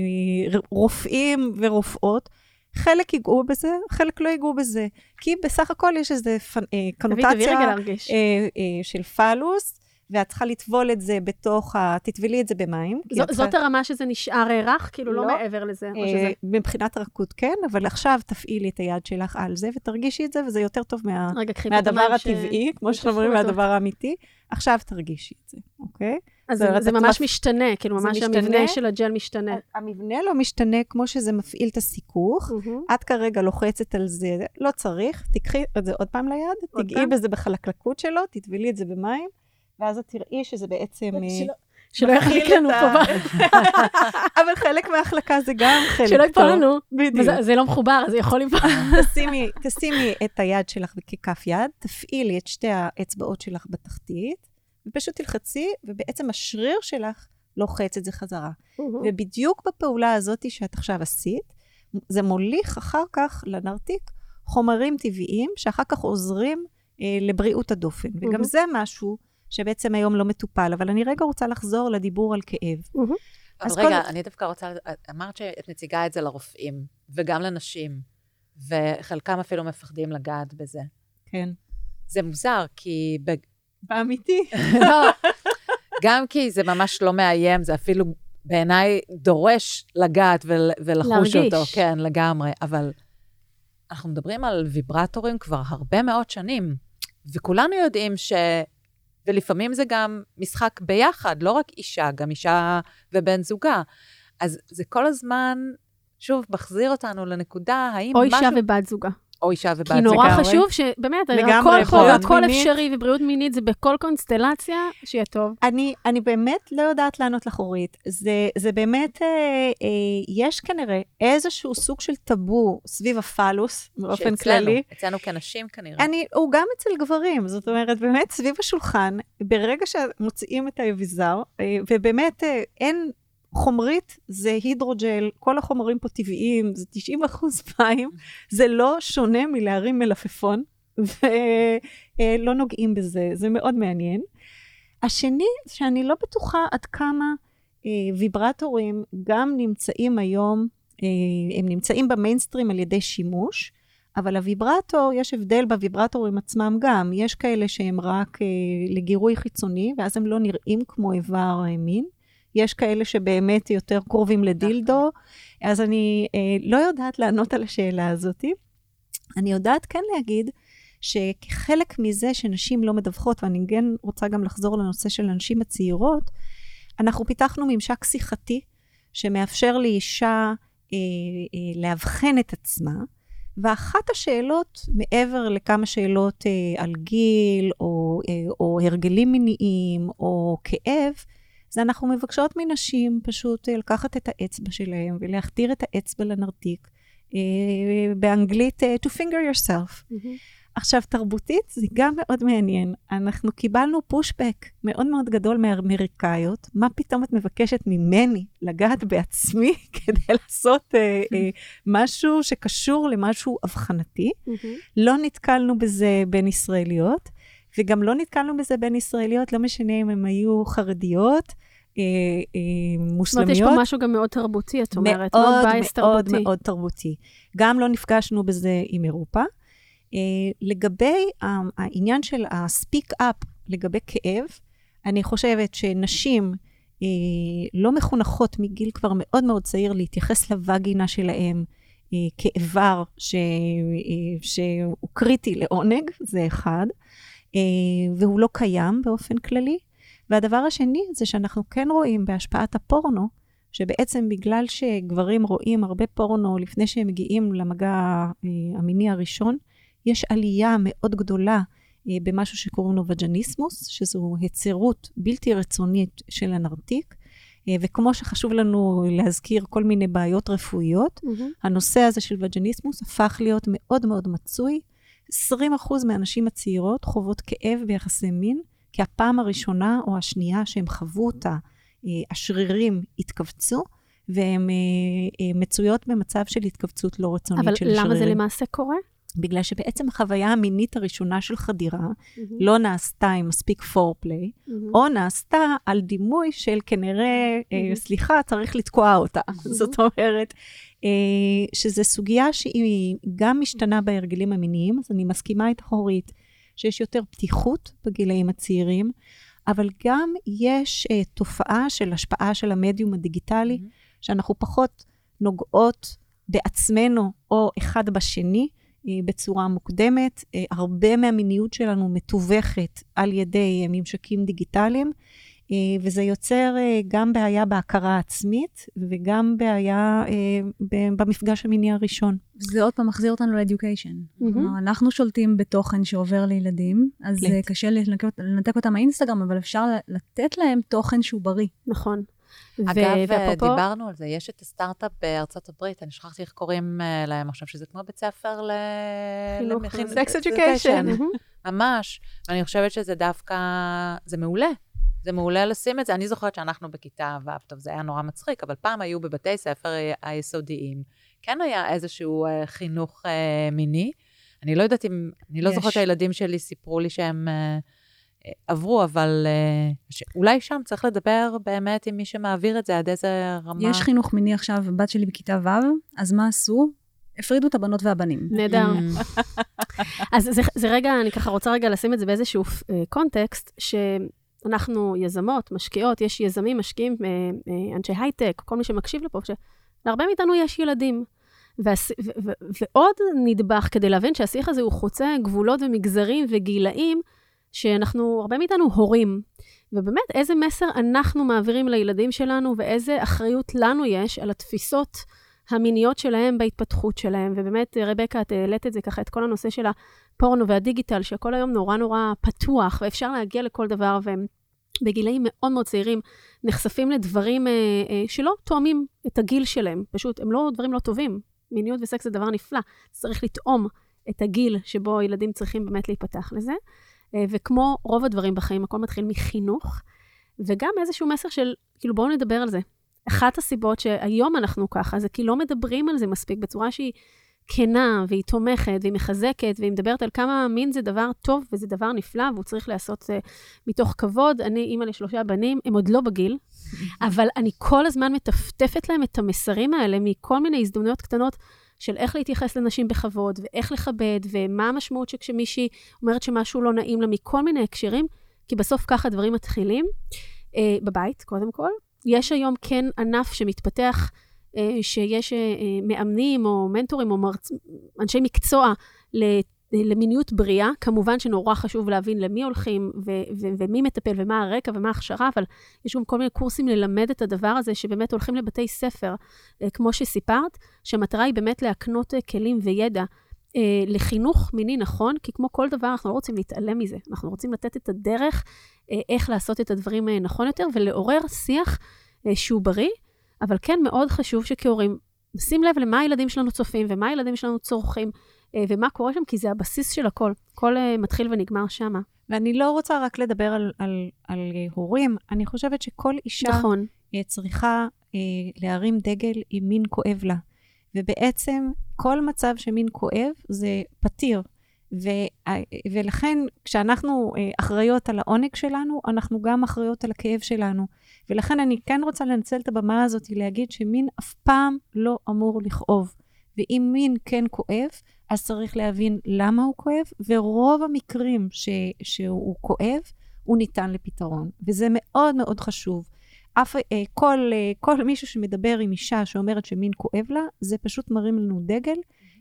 רופאים ורופאות, חלק ייגעו בזה, חלק לא ייגעו בזה, כי בסך הכל יש איזו קונוטציה של פלוס, ואת צריכה לטבול את זה תטבלי את זה במים. זאת הרמה שזה נשאר רך, כאילו לא מעבר לזה? מבחינת רכות כן, אבל עכשיו תפעילי את היד שלך על זה, ותרגישי את זה, וזה יותר טוב מהדבר הטבעי, כמו שאומרים, מהדבר האמיתי. עכשיו תרגישי את זה, אוקיי? אז זה ממש משתנה, כאילו ממש המבנה של הג'ל משתנה. המבנה לא משתנה כמו שזה מפעיל את הסיכוך. את כרגע לוחצת על זה, לא צריך, תקחי את זה עוד פעם ליד, תגעי בזה בחלקלקות שלו, תטבילי את זה במים, ואז את תראי שזה בעצם... שלא יחליק לנו פה. אבל חלק מההחלקה זה גם חלק טוב. שלא יפול לנו. זה לא מחובר, זה יכול ליפול. תשימי את היד שלך ככף יד, תפעילי את שתי האצבעות שלך בתחתית, ופשוט תלחצי, ובעצם השריר שלך לוחץ את זה חזרה. ובדיוק בפעולה הזאת שאת עכשיו עשית, זה מוליך אחר כך לנרתיק חומרים טבעיים, שאחר כך עוזרים לבריאות הדופן. וגם זה משהו שבעצם היום לא מטופל, אבל אני רגע רוצה לחזור לדיבור על כאב. אבל רגע, אני דווקא רוצה, אמרת שאת מציגה את זה לרופאים, וגם לנשים, וחלקם אפילו מפחדים לגעת בזה. כן. זה מוזר, כי... באמיתי. גם כי זה ממש לא מאיים, זה אפילו בעיניי דורש לגעת ולחוש אותו. כן, לגמרי. אבל אנחנו מדברים על ויברטורים כבר הרבה מאוד שנים, וכולנו יודעים ולפעמים זה גם משחק ביחד, לא רק אישה, גם אישה ובן זוגה. אז זה כל הזמן, שוב, מחזיר אותנו לנקודה, האם או אישה ובת זוגה. או אישה ובת זוגה. כי נורא חשוב שבאמת, הכל אפשרי, ובריאות מינית זה בכל קונסטלציה, שיהיה טוב. אני באמת לא יודעת לענות לך אורית. זה באמת, יש כנראה איזשהו סוג של טאבו סביב הפלוס, באופן כללי. אצלנו כנשים כנראה. הוא גם אצל גברים, זאת אומרת, באמת סביב השולחן, ברגע שמוציאים את האביזר, ובאמת אין... חומרית זה הידרוג'ל, כל החומרים פה טבעיים, זה 90% מים, זה לא שונה מלהרים מלפפון, ולא נוגעים בזה, זה מאוד מעניין. השני, שאני לא בטוחה עד כמה ויברטורים גם נמצאים היום, הם נמצאים במיינסטרים על ידי שימוש, אבל הוויברטור, יש הבדל בוויברטורים עצמם גם, יש כאלה שהם רק לגירוי חיצוני, ואז הם לא נראים כמו איבר מין, יש כאלה שבאמת יותר קרובים לדילדו, אז אני לא יודעת לענות על השאלה הזאת. אני יודעת כן להגיד שכחלק מזה שנשים לא מדווחות, ואני כן רוצה גם לחזור לנושא של הנשים הצעירות, אנחנו פיתחנו ממשק שיחתי שמאפשר לאישה להבחן את עצמה, ואחת השאלות, מעבר לכמה שאלות על גיל או הרגלים מיניים או כאב, אז אנחנו מבקשות מנשים פשוט לקחת את האצבע שלהם ולהכתיר את האצבע לנרתיק. באנגלית, to finger yourself. עכשיו, תרבותית זה גם מאוד מעניין. אנחנו קיבלנו פושבק מאוד מאוד גדול מהאמריקאיות. מה פתאום את מבקשת ממני לגעת בעצמי כדי לעשות משהו שקשור למשהו אבחנתי? לא נתקלנו בזה בין ישראליות. וגם לא נתקלנו בזה בין ישראליות, לא משנה אם הם היו חרדיות, מוסלמיות. זאת אומרת, יש פה משהו גם מאוד תרבותי, את אומרת, מאוד בייס תרבותי. מאוד מאוד תרבותי. גם לא נפגשנו בזה עם אירופה. לגבי העניין של ה-speak up לגבי כאב, אני חושבת שנשים לא מחונכות מגיל כבר מאוד מאוד צעיר להתייחס לווגינה שלהם, כאיבר שהוא קריטי לעונג, זה אחד. והוא לא קיים באופן כללי. והדבר השני זה שאנחנו כן רואים בהשפעת הפורנו, שבעצם בגלל שגברים רואים הרבה פורנו לפני שהם מגיעים למגע המיני הראשון, יש עלייה מאוד גדולה במשהו שקוראים לו וג'ניסמוס, שזו היצרות בלתי רצונית של הנרתיק, וכמו שחשוב לנו להזכיר כל מיני בעיות רפואיות, הנושא הזה של וג'ניסמוס הפך להיות מאוד מאוד מצוי, 20% מהנשים הצעירות חוות כאב ביחסי מין, כי הפעם הראשונה או השנייה שהם חוו אותה, השרירים התכווצו, והן מצויות במצב של התכווצות לא רצונית של שרירים. אבל למה זה למעשה קורה? בגלל שבעצם החוויה המינית הראשונה של חדירה, לא נעשתה עם מספיק פורפליי, או נעשתה על דימוי של כנראה, סליחה, צריך לתקוע אותה. זאת אומרת, שזו סוגיה שהיא גם משתנה בהרגלים המיניים, אז אני מסכימה איתך אורית, שיש יותר פתיחות בגילאים הצעירים, אבל גם יש תופעה של השפעה של המדיום הדיגיטלי, שאנחנו פחות נוגעות בעצמנו או אחד בשני, בצורה מוקדמת. הרבה מהמיניות שלנו מתווכת על ידי ממשקים דיגיטליים, וזה יוצר גם בעיה בהכרה עצמית, וגם בעיה במפגש המיני הראשון. זה עוד פעם מחזיר אותנו לאדיוקיישן. אנחנו שולטים בתוכן שעובר לילדים, אז קשה לנתק אותם מהאינסטגרם, אבל אפשר לתת להם תוכן שהוא בריא. נכון. אגב, דיברנו על זה, יש את הסטארט-אפ בארצות הברית, אני שכחתי איך קוראים להם עכשיו, שזה כמו בית ספר חינוך, סקס אדיוקיישן. ממש, ואני חושבת שזה דווקא, זה מעולה. זה מעולה לשים את זה. אני זוכרת שאנחנו בכיתה ו', טוב, זה היה נורא מצחיק, אבל פעם היו בבתי ספר היסודיים, כן היה איזשהו חינוך מיני. אני לא יודעת אם, אני לא זוכרת שהילדים שלי סיפרו לי שהם עברו, אבל אולי שם צריך לדבר באמת עם מי שמעביר את זה, עד איזה רמה. יש חינוך מיני עכשיו, בת שלי בכיתה ו', אז מה עשו? הפרידו את הבנות והבנים. נהדר. אז זה רגע, אני ככה רוצה רגע לשים את זה באיזשהו קונטקסט, שאנחנו יזמות, משקיעות, יש יזמים, משקיעים, אנשי הייטק, כל מי שמקשיב לפה, שלהרבה מאיתנו יש ילדים. ועוד נדבך כדי להבין שהשיח הזה הוא חוצה גבולות ומגזרים וגילאים, שאנחנו, הרבה מאיתנו הורים. ובאמת, איזה מסר אנחנו מעבירים לילדים שלנו, ואיזה אחריות לנו יש על התפיסות המיניות שלהם בהתפתחות שלהם. ובאמת, רבקה, את העלית את זה ככה, את כל הנושא של הפורנו והדיגיטל, שכל היום נורא נורא פתוח, ואפשר להגיע לכל דבר, והם בגילאים מאוד מאוד צעירים, נחשפים לדברים שלא תואמים את הגיל שלהם. פשוט, הם לא דברים לא טובים. מיניות וסקס זה דבר נפלא. צריך לתאום את הגיל שבו ילדים צריכים באמת להיפתח לזה. וכמו רוב הדברים בחיים, הכל מתחיל מחינוך, וגם איזשהו מסר של, כאילו בואו נדבר על זה. אחת הסיבות שהיום אנחנו ככה, זה כי לא מדברים על זה מספיק, בצורה שהיא כנה, והיא תומכת, והיא מחזקת, והיא מדברת על כמה מין זה דבר טוב, וזה דבר נפלא, והוא צריך לעשות מתוך כבוד. אני אימא ל3 בנים, הם עוד לא בגיל, אבל אני כל הזמן מטפטפת להם את המסרים האלה, מכל מיני הזדמנויות קטנות, של איך להתייחס לנשים בכבוד, ואיך לכבד, ומה המשמעות שכשמישהי אומרת שמשהו לא נעים לה, מכל מיני הקשרים, כי בסוף ככה דברים מתחילים, בבית, קודם כל. יש היום כן ענף שמתפתח, שיש מאמנים, או מנטורים, או אנשי מקצוע, למיניות בריאה. כמובן שנורא חשוב להבין למי הולכים, ומי מטפל, ומה הרקע, ומה ההכשרה, אבל יש גם כל מיני קורסים ללמד את הדבר הזה, שבאמת הולכים לבתי ספר, כמו שסיפרת, שהמטרה היא באמת להקנות כלים וידע, לחינוך מיני נכון, כי כמו כל דבר אנחנו לא רוצים להתעלם מזה, אנחנו רוצים לתת את הדרך, איך לעשות את הדברים נכון יותר, ולעורר שיח שהוא בריא, אבל כן מאוד חשוב שכהורים, נשים לב למה הילדים שלנו צופים, ומה הילדים שלנו צורכים, ומה קורה שם, כי זה הבסיס של הכל. הכל מתחיל ונגמר שמה. ואני לא רוצה רק לדבר על הורים, אני חושבת שכל אישה נכון. צריכה להרים דגל עם מין כואב לה. ובעצם כל מצב שמין כואב זה פתיר. ולכן כשאנחנו אחראיות על העונג שלנו, אנחנו גם אחראיות על הכאב שלנו. ולכן אני כן רוצה לנצל את הבמה הזאת להגיד שמין אף פעם לא אמור לכאוב. ואם מין כן כואב, אז צריך להבין למה הוא כואב, ורוב המקרים שהוא כואב, הוא ניתן לפתרון. וזה מאוד מאוד חשוב. כל מישהו שמדבר עם אישה שאומרת שמין כואב לה, זה פשוט מרים לנו דגל,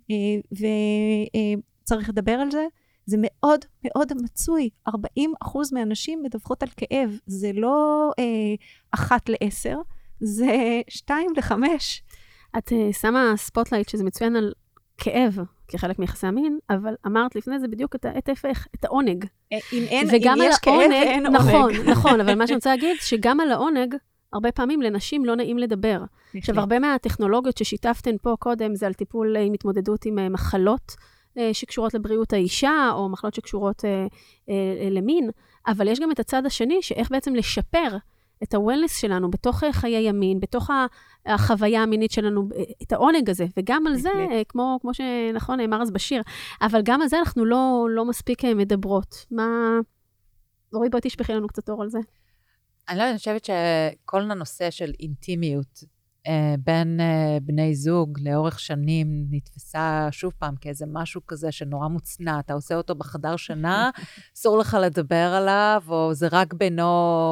וצריך לדבר על זה. זה מאוד מאוד מצוי. 40% מהנשים מדווחות על כאב. זה לא 1-10, זה 2-5. את שמה ספוטלייט שזה מצוין על כאב, כחלק מיחסי המין, אבל אמרת לפני זה בדיוק את ההפך, את העונג. אם יש כאב, אין עונג. נכון, אבל מה שאני רוצה להגיד, שגם על העונג, הרבה פעמים לנשים לא נעים לדבר. עכשיו, הרבה מהטכנולוגיות ששיתפתן פה קודם, זה על טיפול עם התמודדות עם מחלות שקשורות לבריאות האישה, או מחלות שקשורות למין, אבל יש גם את הצד השני, שאיך בעצם לשפר את ה-wellness שלנו בתוך חיי המין, בתוך החוויה המינית שלנו, את העונג הזה, וגם על זה, כמו שנכון נאמר אז בשיר, אבל גם על זה אנחנו לא מספיק מדברות. אורי, בואי תשפכי לנו קצת אור על זה. אני חושבת שכל הנושא של אינטימיות בין בני זוג לאורך שנים נתפסה שוב פעם כאיזה משהו כזה שנורא מוצנע, אתה עושה אותו בחדר שינה, אסור לך לדבר עליו, או זה רק בינו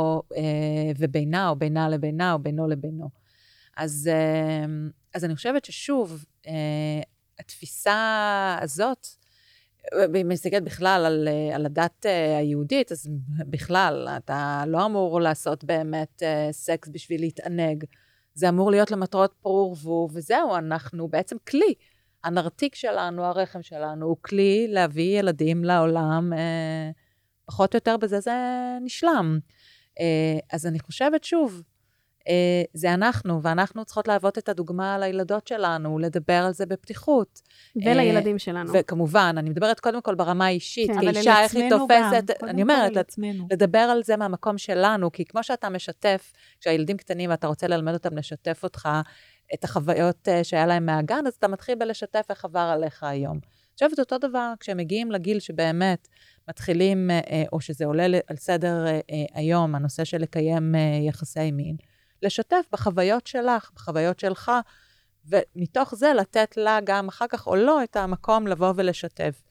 ובינה, או בינה לבינה, או בינו לבינו. אז אני חושבת ששוב, התפיסה הזאת, ואם מסתכלת בכלל על הדת היהודית, אז בכלל, אתה לא אמור לעשות באמת סקס בשביל להתענג. זה אמור להיות למטרות פרו ורבו, וזהו, אנחנו בעצם כלי. הנרתיק שלנו, הרחם שלנו, הוא כלי להביא ילדים לעולם, פחות או יותר בזה זה נשלם. אז אני חושבת שוב, זה אנחנו, ואנחנו צריכות להוות את הדוגמה לילדות שלנו, לדבר על זה בפתיחות. ולילדים שלנו. וכמובן, אני מדברת קודם כל ברמה האישית, כאישה, איך היא תופסת, אני אומרת, לדבר על זה מהמקום שלנו, כי כמו שאתה משתף, כשהילדים קטנים ואתה רוצה ללמד אותם לשתף אותך, את החוויות שהיה להם מהגן, אז אתה מתחיל בלשתף איך עבר עליך היום. עכשיו, את אותו דבר, כשהם מגיעים לגיל שבאמת מתחילים, או שזה עולה על סדר היום, הנושא של לקיים יחסי מין, לשתף בחוויות שלך, בחוויות שלך, ומתוך זה לתת לה גם אחר כך או לא את המקום לבוא ולשתף.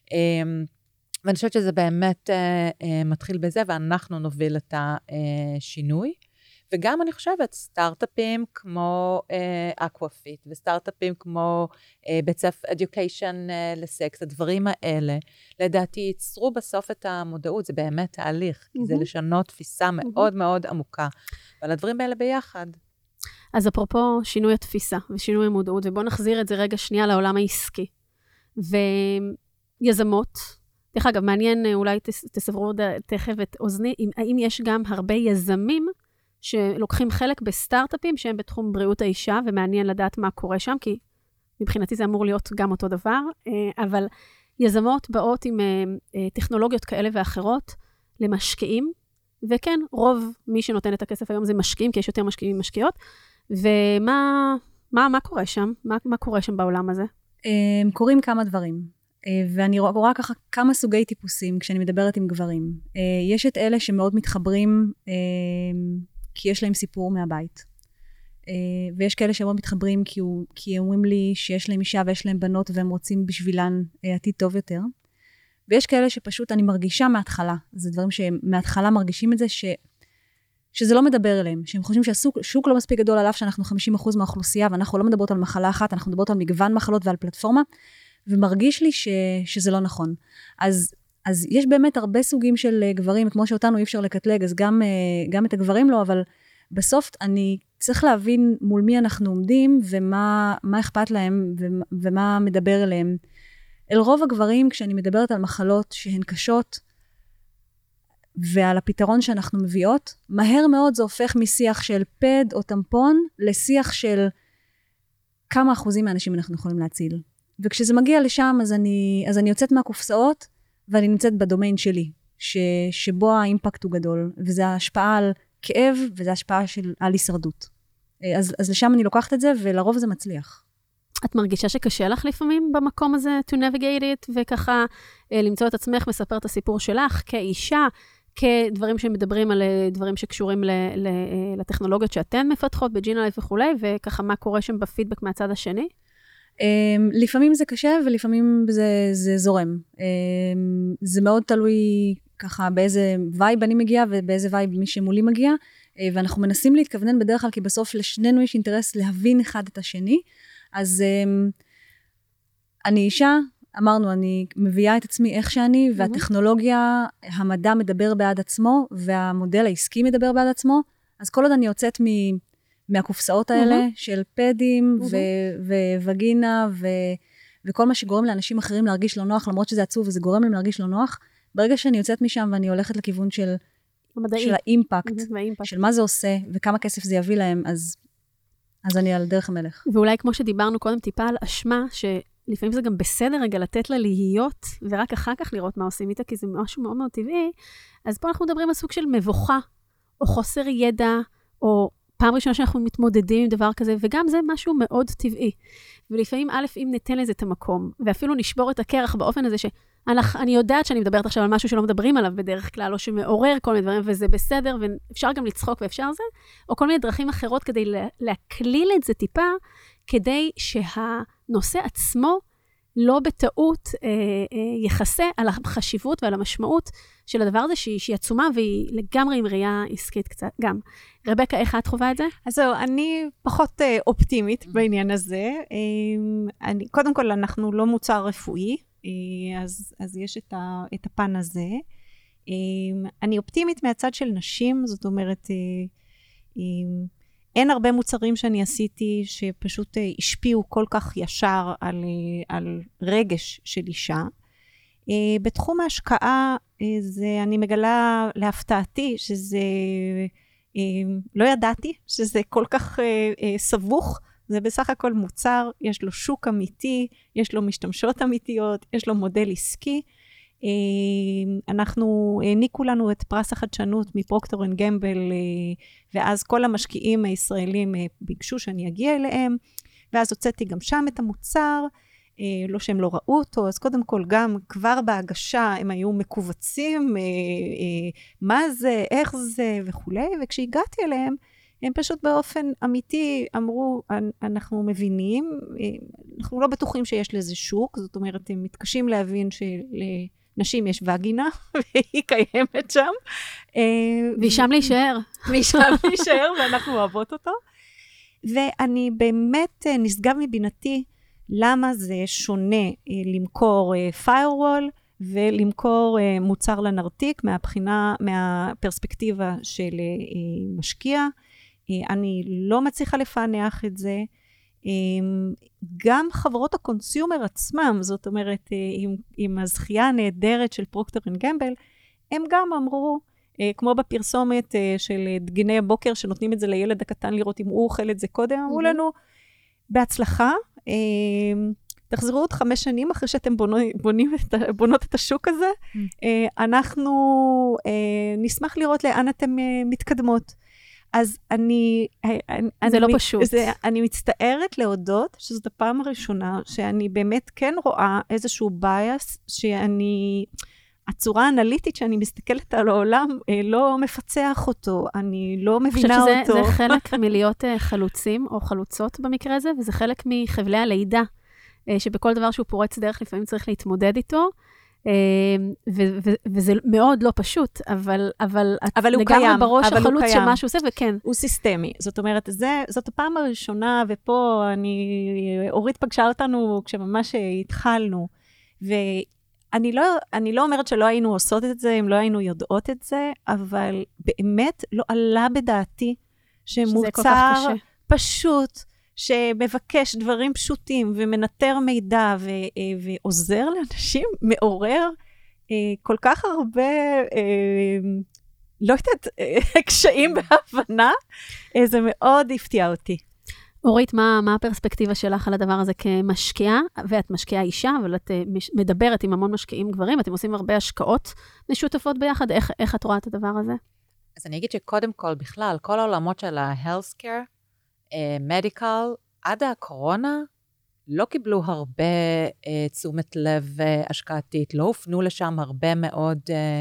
ואני חושבת שזה באמת מתחיל בזה, ואנחנו נוביל את השינוי. וגם אני חושבת, סטארט-אפים כמו אקוואפיט, וסטארט-אפים כמו בית ספר אדיוקיישן לסקס, הדברים האלה, לדעתי ייצרו בסוף את המודעות, זה באמת תהליך, כי זה לשנות תפיסה מאוד מאוד עמוקה, אבל הדברים האלה ביחד. אז אפרופו שינוי התפיסה ושינוי המודעות, ובואו נחזיר את זה רגע שנייה לעולם העסקי. ויזמות, דרך אגב, מעניין, אולי תסברו תכף את אוזני, האם יש גם הרבה יזמים שלוקחים חלק בסטארט-אפים שהם בתחום בריאות האישה, ומעניין לדעת מה קורה שם, כי מבחינתי זה אמור להיות גם אותו דבר, אבל יזמות באות עם טכנולוגיות כאלה ואחרות למשקיעים, וכן, רוב מי שנותן את הכסף היום זה משקיעים, כי יש יותר משקיעים ומשקיעות, ומה קורה שם? מה קורה שם בעולם הזה? קורים כמה דברים, ואני רואה ככה כמה סוגי טיפוסים כשאני מדברת עם גברים. יש את אלה שמאוד מתחברים, כי יש להם סיפור מהבית. ויש כאלה שמאוד מתחברים כי אומרים לי שיש להם אישה ויש להם בנות והם רוצים בשבילן עתיד טוב יותר. ויש כאלה שפשוט אני מרגישה מההתחלה, זה דברים שמההתחלה מרגישים את זה, שזה לא מדבר אליהם, שהם חושבים שהשוק לא מספיק גדול עליו, שאנחנו 50% מהאוכלוסייה, ואנחנו לא מדברות על מחלה אחת, אנחנו מדברות על מגוון מחלות ועל פלטפורמה, ומרגיש לי שזה לא נכון. אז יש באמת הרבה סוגים של גברים, כמו שאותנו אי אפשר לקטלג, אז גם את הגברים לא, אבל בסוף אני צריך להבין מול מי אנחנו עומדים, ומה אכפת להם, ומה מדבר אליהם. אל רוב הגברים, כשאני מדברת על מחלות שהן קשות, ועל הפתרון שאנחנו מביאות, מהר מאוד זה הופך משיח של פד או טמפון, לשיח של כמה אחוזים מהאנשים אנחנו יכולים להציל. וכשזה מגיע לשם, אז אני יוצאת מהקופסאות, ואני נמצאת בדומיין שלי, שבו האימפקט הוא גדול, וזה ההשפעה על כאב, וזה ההשפעה על הישרדות. אז לשם אני לוקחת את זה, ולרוב זה מצליח. את מרגישה שקשה לך לפעמים במקום הזה to navigate it, וככה למצוא את עצמך, מספר את הסיפור שלך כאישה, כדברים שמדברים על דברים שקשורים לטכנולוגיות שאתן מפתחות, בג'ינה לייף וכו', וככה מה קורה שם בפידבק מהצד השני? לפעמים זה קשה ולפעמים זה זורם. זה מאוד תלוי ככה באיזה וייב אני מגיעה ובאיזה וייב מי שמולי מגיע, ואנחנו מנסים להתכוונן בדרך כלל, כי בסוף לשנינו יש אינטרס להבין אחד את השני. אז אני אישה, אמרנו, אני מביאה את עצמי איך שאני, והטכנולוגיה, המדע מדבר בעד עצמו, והמודל העסקי מדבר בעד עצמו, אז כל עוד אני יוצאת מהקופסאות האלה, של פדים ווגינה, וכל מה שגורם לאנשים אחרים להרגיש לא נוח, למרות שזה עצוב, וזה גורם להם להרגיש לא נוח, ברגע שאני יוצאת משם, ואני הולכת לכיוון של האימפקט, של מה זה עושה, וכמה כסף זה יביא להם, אז אני על דרך המלך. ואולי כמו שדיברנו קודם טיפה על אשמה, לפעמים זה גם בסדר רגע לתת לה להיות, ורק אחר כך לראות מה עושים איתה, כי זה משהו מאוד מאוד טבעי. אז פה אנחנו מדברים על סוג של מבוכה, או חוסר ידע, או פעם ראשונה שאנחנו מתמודדים עם דבר כזה, וגם זה משהו מאוד טבעי. ולפעמים, א', אם ניתן לזה את המקום, ואפילו נשבור את הקרח באופן הזה שאני יודעת שאני מדברת עכשיו על משהו שלא מדברים עליו בדרך כלל, או שמעורר כל מיני דברים, וזה בסדר, ואפשר גם לצחוק ואפשר זה, או כל מיני דרכים אחרות כדי להקליל את זה טיפה, כדי שהנושא עצמו לא בטעות יחסה על החשיבות ועל המשמעות של הדבר הזה, שהיא עצומה והיא לגמרי עם ראייה עסקית קצת גם. רבקה, איך את חווה את זה? אז זהו, אני פחות אופטימית בעניין הזה. קודם כל, אנחנו לא מוצר רפואי, אז יש את הפן הזה. אני אופטימית מהצד של נשים, זאת אומרת, אין הרבה מוצרים שאני עשיתי שפשוט השפיעו כל כך ישר על רגש של אישה. בתחום ההשקעה, אני מגלה להפתעתי שזה, לא ידעתי שזה כל כך סבוך, זה בסך הכל מוצר, יש לו שוק אמיתי, יש לו משתמשות אמיתיות, יש לו מודל עסקי. אנחנו העניקו לנו את פרס החדשנות מפרוקטר אנד גמבל, ואז כל המשקיעים הישראלים ביקשו שאני אגיע אליהם, ואז הוצאתי גם שם את המוצר, לא שהם לא ראו אותו, אז קודם כל גם כבר בהגשה הם היו מקובצים, מה זה, איך זה וכולי, וכשהגעתי אליהם, הם פשוט באופן אמיתי אמרו, אנחנו מבינים, אנחנו לא בטוחים שיש לזה שוק, זאת אומרת, הם מתקשים להבין שלנשים יש וגינה, והיא קיימת שם. והיא שם להישאר. והיא שם להישאר, ואנחנו אוהבות אותו. ואני באמת נשגב מבינתי, למה זה שונה למכור firewall, ולמכור מוצר לנרתיק, מהפרספקטיבה של משקיע. אני לא מצליחה לפענח את זה. גם חברות הקונסיומר עצמם, זאת אומרת, עם הזכייה הנהדרת של פרוקטר אנד גמבל, הם גם אמרו, כמו בפרסומת של דגיני הבוקר, שנותנים את זה לילד הקטן לראות אם הוא אוכל את זה קודם, אמרו לנו, בהצלחה, תחזרו עוד 5 שנים אחרי שאתם בונות את השוק הזה, אנחנו נשמח לראות לאן אתם מתקדמות. אז זה לא פשוט. אני מצטערת להודות שזאת הפעם הראשונה שאני באמת כן רואה איזשהו בייס, הצורה האנליטית שאני מסתכלת על העולם לא מפצח אותו, אני לא מבינה אותו. אני חושבת שזה חלק מלהיות חלוצים או חלוצות במקרה הזה, וזה חלק מחבלי הלידה, שבכל דבר שהוא פורץ דרך לפעמים צריך להתמודד איתו, וזה מאוד לא פשוט, אבל הוא קיים, בראש החלוץ שמה שהוא עושה, וכן. הוא סיסטמי, זאת אומרת, זאת הפעם הראשונה, ופה אורית פגשה אותנו כשממש התחלנו, ואני לא אומרת שלא היינו עושות את זה, אם לא היינו יודעות את זה, אבל באמת לא עלה בדעתי שמוצר פשוט, שמבקש דברים פשוטים ומנטר מידע ועוזר לאנשים, מעורר כל כך הרבה, לא יודעת, קשיים בהבנה, זה מאוד הפתיע אותי. אורית, מה הפרספקטיבה שלך על הדבר הזה כמשקיעה, ואת משקיעה אישה, אבל את מדברת עם המון משקיעים גברים, אתם עושים הרבה השקעות משותפות ביחד, איך את רואה את הדבר הזה? אז אני אגיד שקודם כל בכלל, כל העולמות של ה-healthcare, מדיקל, עד הקורונה, לא קיבלו הרבה תשומת לב השקעתית, לא הופנו לשם הרבה מאוד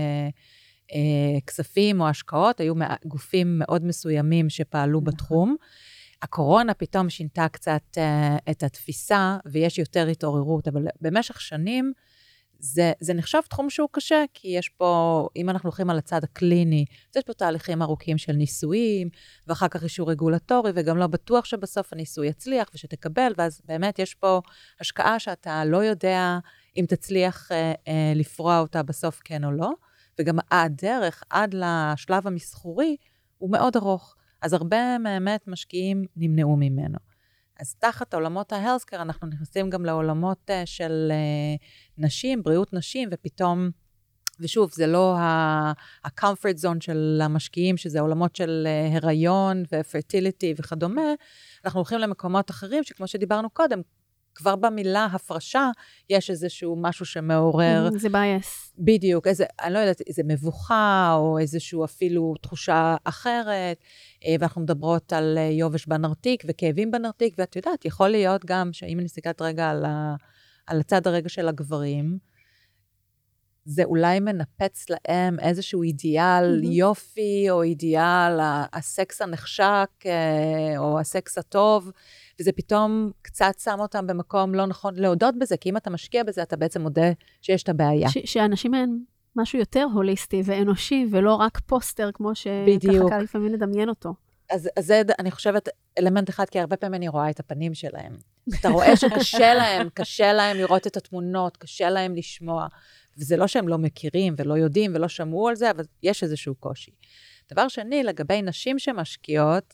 כספים או השקעות, היו גופים מאוד מסוימים שפעלו בתחום. הקורונה פתאום שינתה קצת את התפיסה, ויש יותר התעוררות, אבל במשך שנים, זה נחשב תחום שהוא קשה, כי יש פה, אם אנחנו הולכים על הצד הקליני, יש פה תהליכים ארוכים של ניסויים, ואחר כך אישור רגולטורי, וגם לא בטוח שבסוף הניסוי יצליח ושתקבל, ואז באמת יש פה השקעה שאתה לא יודע אם תצליח לפרוע אותה בסוף כן או לא, וגם הדרך עד לשלב המסחורי הוא מאוד ארוך, אז הרבה באמת משקיעים נמנעו ממנו. אז תחת עולמות ההלסקר, אנחנו נכנסים גם לעולמות של נשים, בריאות נשים, ופתאום, ושוב, זה לא ה-comfort zone של המשקיעים, שזה עולמות של הריון ו-fertility וכדומה, אנחנו הולכים למקומות אחרים, שכמו שדיברנו קודם, כבר במילה הפרשה, יש איזשהו משהו שמעורר... זה בייס. בדיוק, אני לא יודעת, איזה מבוכה, או איזשהו אפילו תחושה אחרת, ואנחנו מדברות על יובש בנרתיק, וכאבים בנרתיק, ואת יודעת, יכול להיות גם, שאם אני מסתכלת רגע על הצד הרגע של הגברים, זה אולי מנפץ להם איזשהו אידיאל יופי, או אידיאל הסקס הנחשק, או הסקס הטוב, וזה פתאום קצת שם אותם במקום לא נכון להודות בזה, כי אם אתה משקיע בזה, אתה בעצם מודה שיש את הבעיה. שאנשים הם משהו יותר הוליסטי ואנושי, ולא רק פוסטר, כמו שככה קל לפעמים לדמיין אותו. אז זה, אני חושבת, אלמנט אחד, כי הרבה פעמים אני רואה את הפנים שלהם. אתה רואה קשה להם לראות את התמונות, קשה להם לשמוע. וזה לא שהם לא מכירים ולא יודעים ולא שמעו על זה, אבל יש איזשהו קושי. דבר שני, לגבי נשים שמשקיעות,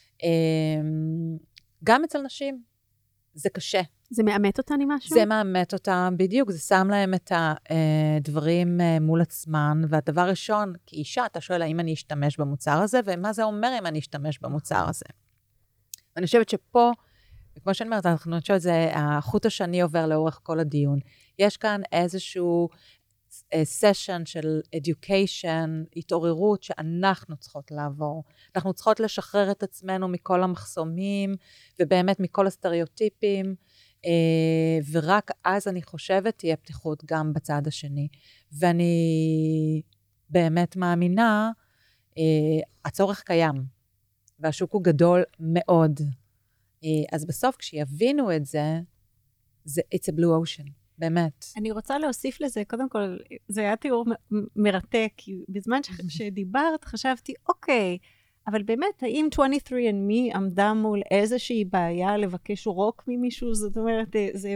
גם אצל נשים, זה קשה. זה מאמת אותן עם משהו? זה מאמת אותן, בדיוק, זה שם להם את הדברים מול עצמן, והדבר ראשון, כאישה, אתה שואל, האם אני אשתמש במוצר הזה, ומה זה אומר אם אני אשתמש במוצר הזה? אני חושבת שפה, וכמו שאני אומרת, אני חושבת שזה, החוט השני עובר לאורך כל הדיון. יש כאן איזשהו סשן של education, התעוררות שאנחנו צריכות לעבור. אנחנו צריכות לשחרר את עצמנו מכל המחסומים, ובאמת מכל הסטריאוטיפים, ורק אז אני חושבת תהיה פתיחות גם בצד השני. ואני באמת מאמינה, הצורך קיים, והשוק הוא גדול מאוד. אז בסוף כשיבינו את זה, it's a blue ocean. באמת. אני רוצה להוסיף לזה, קודם כל, זה היה תיאור מרתק, כי בזמן שדיברת חשבתי, אוקיי, אבל באמת, האם 23andMe עמדה מול איזושהי בעיה לבקש רוק ממישהו, זאת אומרת,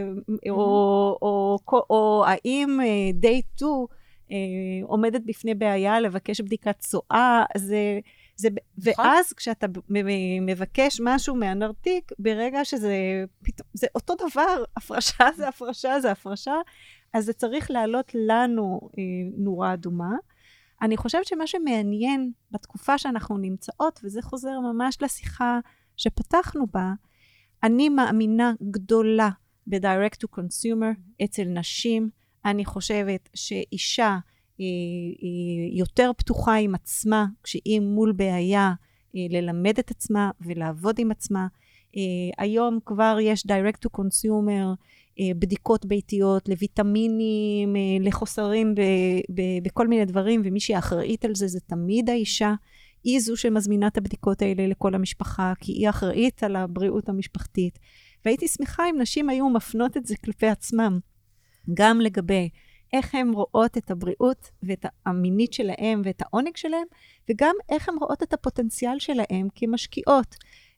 או האם Day 2 עומדת בפני בעיה לבקש בדיקת צואה, ואז כשאתה מבקש משהו מהנרתיק, ברגע שזה זה אותו דבר, הפרשה זה הפרשה זה הפרשה, אז זה צריך לעלות לנו נורה אדומה. אני חושבת שמה שמעניין בתקופה שאנחנו נמצאות, וזה חוזר ממש לשיחה שפתחנו בה, אני מאמינה גדולה ב-direct to consumer אצל נשים. אני חושבת שאישה היא יותר פתוחה עם עצמה, כשהיא מול בעיה ללמד את עצמה ולעבוד עם עצמה. היום כבר יש direct to consumer, בדיקות ביתיות, לויטמינים, לחוסרים בכל מיני דברים, ומי שאחראית על זה, זה תמיד האישה. היא זו שמזמינה את הבדיקות האלה לכל המשפחה, כי היא אחראית על הבריאות המשפחתית. והייתי שמחה אם נשים היו מפנות את זה כלפי עצמם, גם לגבי איך הן רואות את הבריאות ואת המינית שלהם ואת העונג שלהם, וגם איך הן רואות את הפוטנציאל שלהם כמשקיעות.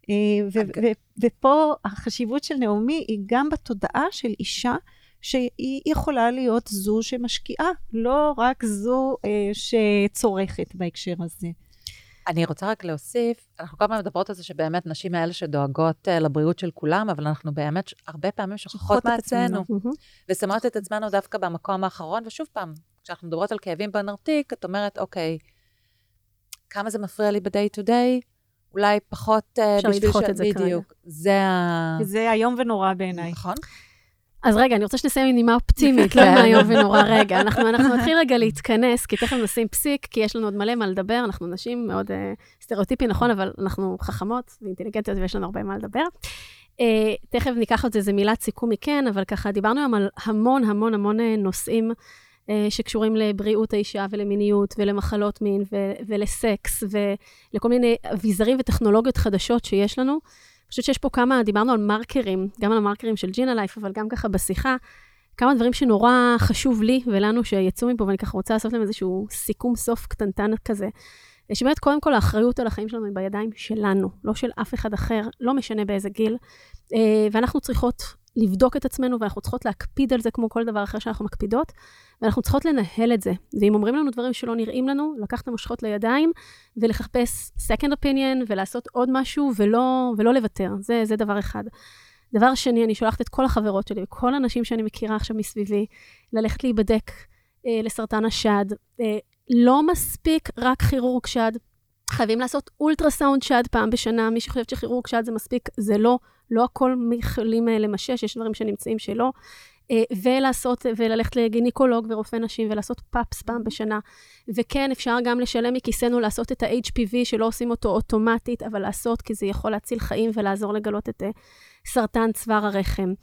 ופה החשיבות של נעמי היא גם בתודעה של אישה, שהיא יכולה להיות זו שמשקיעה, לא רק זו שצורכת בהקשר הזה. אני רוצה רק להוסיף, אנחנו כל פעם מדברות על זה שבאמת נשים האלה שדואגות לבריאות של כולם, אבל אנחנו באמת הרבה פעמים שוכחות מעצמנו, ושמות את עצמנו דווקא במקום האחרון, ושוב פעם, כשאנחנו מדברות על כאבים בנרתיק, את אומרת, אוקיי, כמה זה מפריע לי ב-day to day? אולי פחות אפשר לדחות את זה כרגע. זה היום ונורא בעיניי. נכון? אז רגע, אני רוצה שנסיים עם נימה אופטימית, לא מהיום ונורא רגע. אנחנו נתחיל רגע להתכנס, כי תכף נשים פסיק, כי יש לנו עוד מלא מה לדבר, אנחנו נשים מאוד סטריאוטיפי, נכון, אבל אנחנו חכמות ואינטליגנטיות, ויש לנו הרבה מה לדבר. תכף ניקח את זה, זה מילת סיכום מכן, אבל ככה דיברנו היום על המון המון המון נושאים, שקשורים לבריאות האישה ולמיניות ולמחלות מין ולסקס ולכל מיני אביזרים וטכנולוגיות חדשות שיש לנו. אני חושבת שיש פה כמה, דיברנו על מרקרים, גם על המרקרים של ג'ינה לייף, אבל גם ככה בשיחה, כמה דברים שנורא חשוב לי ולנו שיצאו מפה, ואני ככה רוצה לעשות להם איזשהו סיכום סוף קטנטן כזה. שבאמת קודם כל האחריות על החיים שלנו היא בידיים שלנו, לא של אף אחד אחר, לא משנה באיזה גיל, ואנחנו צריכות לבדוק את עצמנו, ואנחנו צריכות להקפיד על זה כמו כל דבר אחר שאנחנו מקפידות, ואנחנו צריכות לנהל את זה. ואם אומרים לנו דברים שלא נראים לנו, לקחת המושכות לידיים, ולחפש second opinion, ולעשות עוד משהו, ולא לוותר. זה דבר אחד. דבר שני, אני שולחת את כל החברות שלי, וכל האנשים שאני מכירה עכשיו מסביבי, ללכת להיבדק לסרטן השד. לא מספיק רק כירורג שד, חייבים לעשות אולטרסאונד שד פעם בשנה, מי שחושבת שכירורג שד זה מספיק, זה לא הכל יכולים למשש, יש דברים שנמצאים שלא, וללכת לגינקולוג ורופא נשים, ולעשות פאפס פעם בשנה, וכן, אפשר גם לשלם מכיסנו לעשות את ה-HPV, שלא עושים אותו אוטומטית, אבל לעשות, כי זה יכול להציל חיים, ולעזור לגלות את סרטן צוואר הרחם.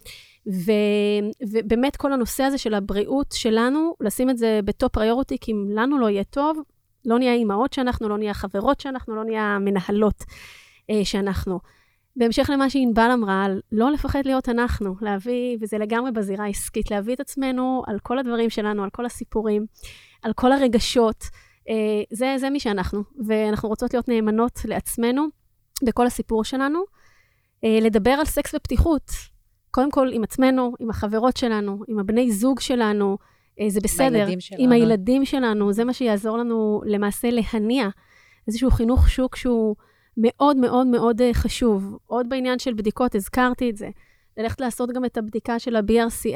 ובאמת כל הנושא הזה של הבריאות שלנו, לשים את זה בטופ פריוריטי, כי אם לנו לא יהיה טוב, לא נהיה אימהות שאנחנו, לא נהיה חברות שאנחנו, לא נהיה מנהלות שאנחנו. בהמשך למה שענבל אמרה, לא לפחד להיות אנחנו, להביא, וזה לגמרי בזירה העסקית, להביא את עצמנו על כל הדברים שלנו, על כל הסיפורים, על כל הרגשות, זה מי שאנחנו, ואנחנו רוצות להיות נאמנות לעצמנו, בכל הסיפור שלנו, לדבר על סקס ופתיחות, קודם כל עם עצמנו, עם החברות שלנו, עם הבני זוג שלנו, זה בסדר, עם הילדים שלנו, זה מה שיעזור לנו למעשה להניע, איזשהו חינוך שוק שהוא מאוד מאוד מאוד חשוב. עוד בעניין של בדיקות, הזכרתי את זה, ללכת לעשות גם את הבדיקה של ה-BRCA,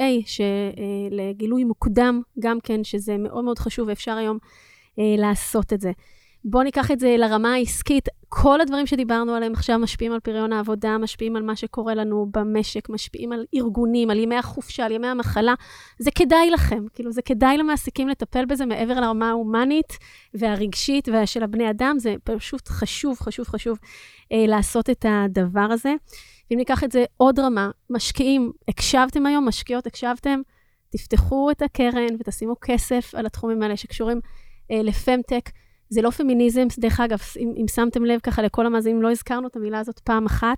שלגילוי מוקדם גם כן, שזה מאוד מאוד חשוב, ואפשר היום לעשות את זה. בואו ניקח את זה לרמה העסקית, כל הדברים שדיברנו עליהם עכשיו משפיעים על פריון העבודה, משפיעים על מה שקורה לנו במשק, משפיעים על ארגונים, על ימי החופשה, על ימי המחלה, זה כדאי לכם, כאילו זה כדאי למעסיקים לטפל בזה מעבר לרמה ההומנית והרגשית של הבני אדם, זה פשוט חשוב, חשוב, חשוב לעשות את הדבר הזה. אם ניקח את זה עוד רמה, משקיעים, הקשבתם היום, משקיעות, הקשבתם, תפתחו את הקרן ותשימו כסף על התחומים האלה שקשורים לפמטק, זה לא פמיניזם, דרך אגב, אם שמתם לב ככה לכל המאזינים, לא הזכרנו את המילה הזאת פעם אחת,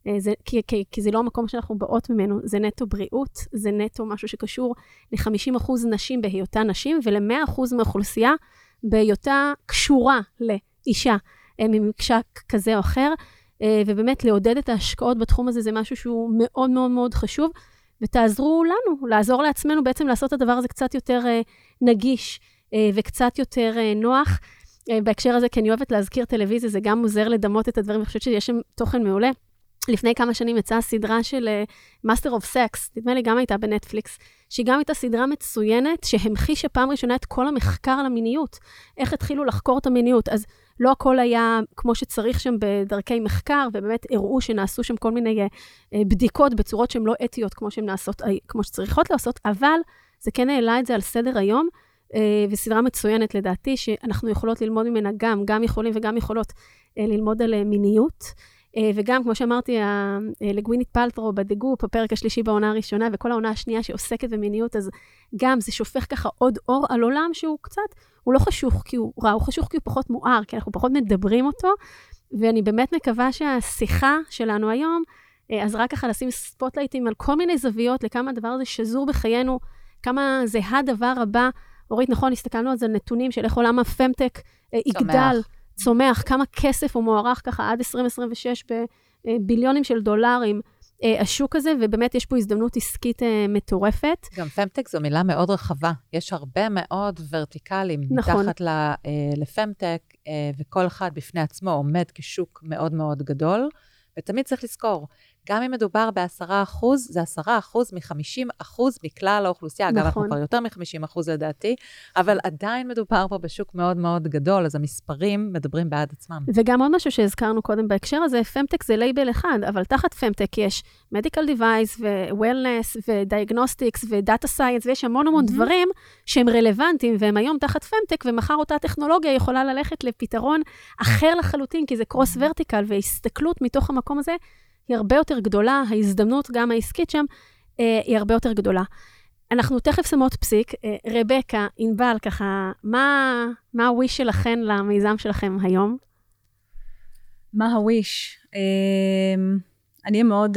כי זה לא המקום שאנחנו באות ממנו, זה נטו בריאות, זה נטו משהו שקשור ל-50% נשים בהיותה נשים, ול-100% מהאוכלוסייה בהיותה קשורה לאישה ממקשה כזה או אחר, ובאמת לעודד את ההשקעות בתחום הזה, זה משהו שהוא מאוד מאוד מאוד חשוב, ותעזרו לנו, לעזור לעצמנו בעצם לעשות את הדבר הזה קצת יותר נגיש, וקצת יותר נוח. בהקשר הזה, כי אני אוהבת להזכיר טלוויזיה, זה גם עוזר לדמות את הדברים, אני חושבת שיש שם תוכן מעולה. לפני כמה שנים יצאה סדרה של Master of Sex, נדמה לי גם הייתה בנטפליקס, שהיא גם הייתה סדרה מצוינת, שהמחישה פעם ראשונה את כל המחקר על המיניות, איך התחילו לחקור את המיניות, אז לא הכל היה כמו שצריך שם בדרכי מחקר, ובאמת הראו שנעשו שם כל מיני בדיקות בצורות שהן לא אתיות, כמו שצריכות לעשות, אבל זה כן העלה את זה על סדר היום, וסדרה מצוינת לדעתי, שאנחנו יכולות ללמוד ממנה גם יכולים וגם יכולות ללמוד על מיניות, וגם, כמו שאמרתי, לגווינית פלטרו בדגופ, הפרק השלישי בעונה הראשונה, וכל העונה השנייה שעוסקת במיניות, אז גם זה שופך ככה עוד אור על עולם שהוא קצת, הוא לא חשוך כי הוא רע, הוא חשוך כי הוא פחות מואר, כי אנחנו פחות מדברים אותו, ואני באמת מקווה שהשיחה שלנו היום, אז רק ככה לשים ספוטלייטים על כל מיני זוויות, לכמה הדבר הזה שזור בחיינו, כמה זה הדבר הבא, אורית, נכון, הסתכלנו על זה נתונים של איך עולם הפמטק יגדל, צומח, כמה כסף הוא מוערך ככה עד 2026 בביליונים של דולרים, השוק הזה, ובאמת יש פה הזדמנות עסקית מטורפת. גם פמטק זו מילה מאוד רחבה, יש הרבה מאוד ורטיקלים נכון. מתחת לפמטק, וכל אחד בפני עצמו עומד כשוק מאוד מאוד גדול, ותמיד צריך לזכור, גם אם מדובר ב10%, זה 10% מ-50% מכלל האוכלוסייה, נכון. אגב, אנחנו כבר יותר מ-50% לדעתי, אבל עדיין מדובר פה בשוק מאוד מאוד גדול, אז המספרים מדברים בעד עצמם. וגם עוד משהו שהזכרנו קודם בהקשר הזה, פמטק זה לייבל אחד, אבל תחת פמטק יש medical device ו-wellness ו-diagnostics ו-data science, ויש המון המון דברים שהם רלוונטיים, והם היום תחת פמטק, ומחר אותה טכנולוגיה יכולה ללכת לפתרון אחר לחלוטין, כי זה קרוס ורטיקל, והסתכלות מתוך המקום הזה, היא הרבה יותר גדולה, ההזדמנות גם העסקית שם, היא הרבה יותר גדולה. אנחנו תכף שמות פסיק, רבקה, ענבל, ככה, מה הוויש שלכם למיזם שלכם היום? מה הוויש? אני מאוד,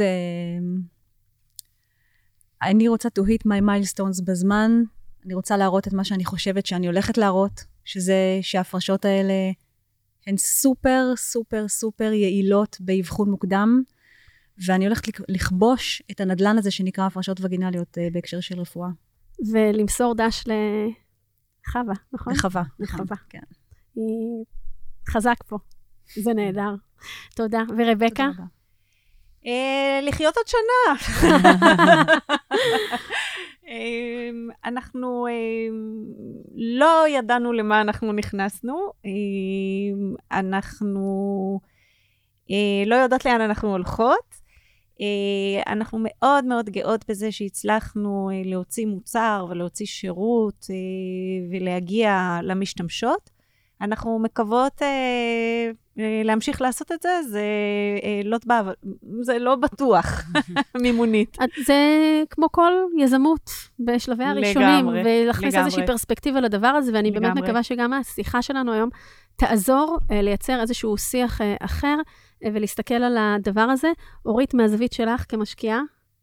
אני רוצה to hit my milestones בזמן, אני רוצה להראות את מה שאני חושבת שאני הולכת להראות, שזה שההפרשות האלה הן סופר, סופר, סופר יעילות באבחון מוקדם, ואני הולכת לכבוש את הנדלן הזה שנקרא הפרשות וגינליות בהקשר של רפואה. ולמסור דש לחווה, נכון? לחווה, כן. היא חזק פה, זה נהדר. תודה. ורבקה? תודה רבה. לחיות עוד שנה. אנחנו לא ידענו למה אנחנו נכנסנו, אנחנו לא יודעות לאן אנחנו הולכות, אנחנו מאוד מאוד גאות בזה שהצלחנו להוציא מוצר ולהוציא שירות ולהגיע למשתמשות. אנחנו מקוות להמשיך לעשות את זה, זה לא בטוח מימונית. זה כמו כל יזמות בשלבי הראשונים, ולהכניס איזושהי פרספקטיבה לדבר הזה, ואני באמת מקווה שגם השיחה שלנו היום תעזור לייצר איזשהו שיח אחר, ולהסתכל על הדבר הזה. אורית, מהזווית שלך כמשקיעה?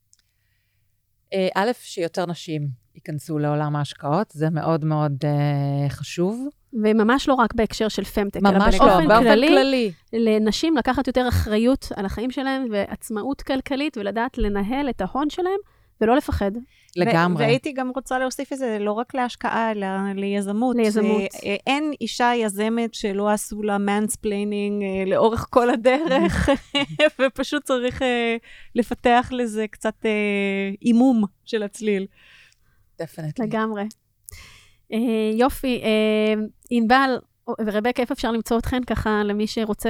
א', שיותר נשים ייכנסו לעולם ההשקעות, זה מאוד מאוד חשוב. וממש לא רק בהקשר של פמטק, ממש אלא באופן כללי. לנשים לקחת יותר אחריות על החיים שלהם, ועצמאות כלכלית, ולדעת לנהל את ההון שלהם, ולא לפחד. לגמרי. והייתי גם רוצה להוסיף את זה, לא רק להשקעה, אלא ליזמות. אין אישה יזמת שלא עשו לה mansplaining לאורך כל הדרך, ופשוט צריך לפתח לזה קצת אימום של הצליל. דפנטלי. לגמרי. יופי, ענבל ורבקה, איפה אפשר למצוא אתכן ככה למי שרוצה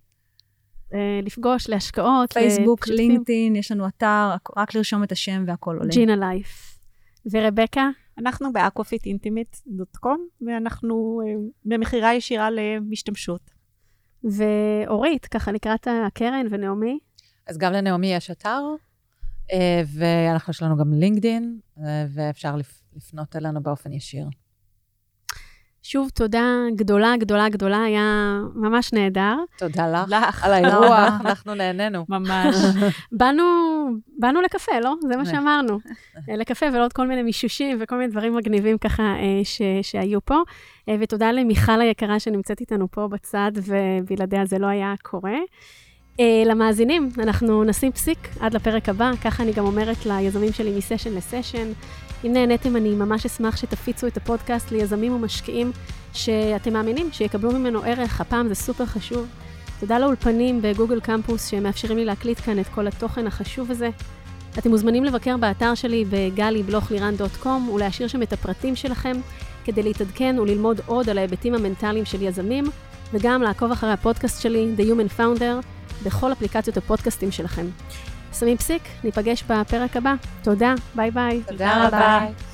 לפגוש, להשקעות? פייסבוק, לינקדאין, יש לנו אתר, רק לרשום את השם והכל עולה. ג'ינה לייף. ורבקה? אנחנו ב-aquafitintimate.com, ואנחנו במחירה ישירה למשתמשות. ואורית, ככה לקראת הקרן ונעמי? אז גם לנעמי יש אתר, ואנחנו יש לנו גם לינקדאין, ואפשר לפנות אלינו באופן ישיר. שוב, תודה גדולה, גדולה, גדולה, היה ממש נהדר. תודה לך על האירוע, אנחנו נהנינו. ממש. באנו לקפה, לא? זה מה שאמרנו. לקפה ולעוד כל מיני מישושים וכל מיני דברים מגניבים ככה שהיו פה. ותודה למיכל היקרה שנמצאת איתנו פה בצד, ובלעדיה זה לא היה קורה. למאזינים, אנחנו נשים פסיק עד לפרק הבא, ככה אני גם אומרת ליזמים שלי מסשן לסשן. אם נהניתם, אני ממש אשמח שתפיצו את הפודקאסט ליזמים ומשקיעים שאתם מאמינים שיקבלו ממנו ערך, הפעם זה סופר חשוב. תודה לאולפנים בגוגל קמפוס שמאפשרים לי להקליט כאן את כל התוכן החשוב הזה. אתם מוזמנים לבקר באתר שלי ב-galiblochliran.com ולהשאיר שם את הפרטים שלכם כדי להתעדכן וללמוד עוד על ההיבטים המנטליים של יזמים, וגם לעקוב אחרי הפודקאסט שלי, The Human Founder, בכל אפליקציות הפודקאסטים שלכם. שמים פסיק, ניפגש בפרק הבא. תודה, ביי ביי. תודה רבה.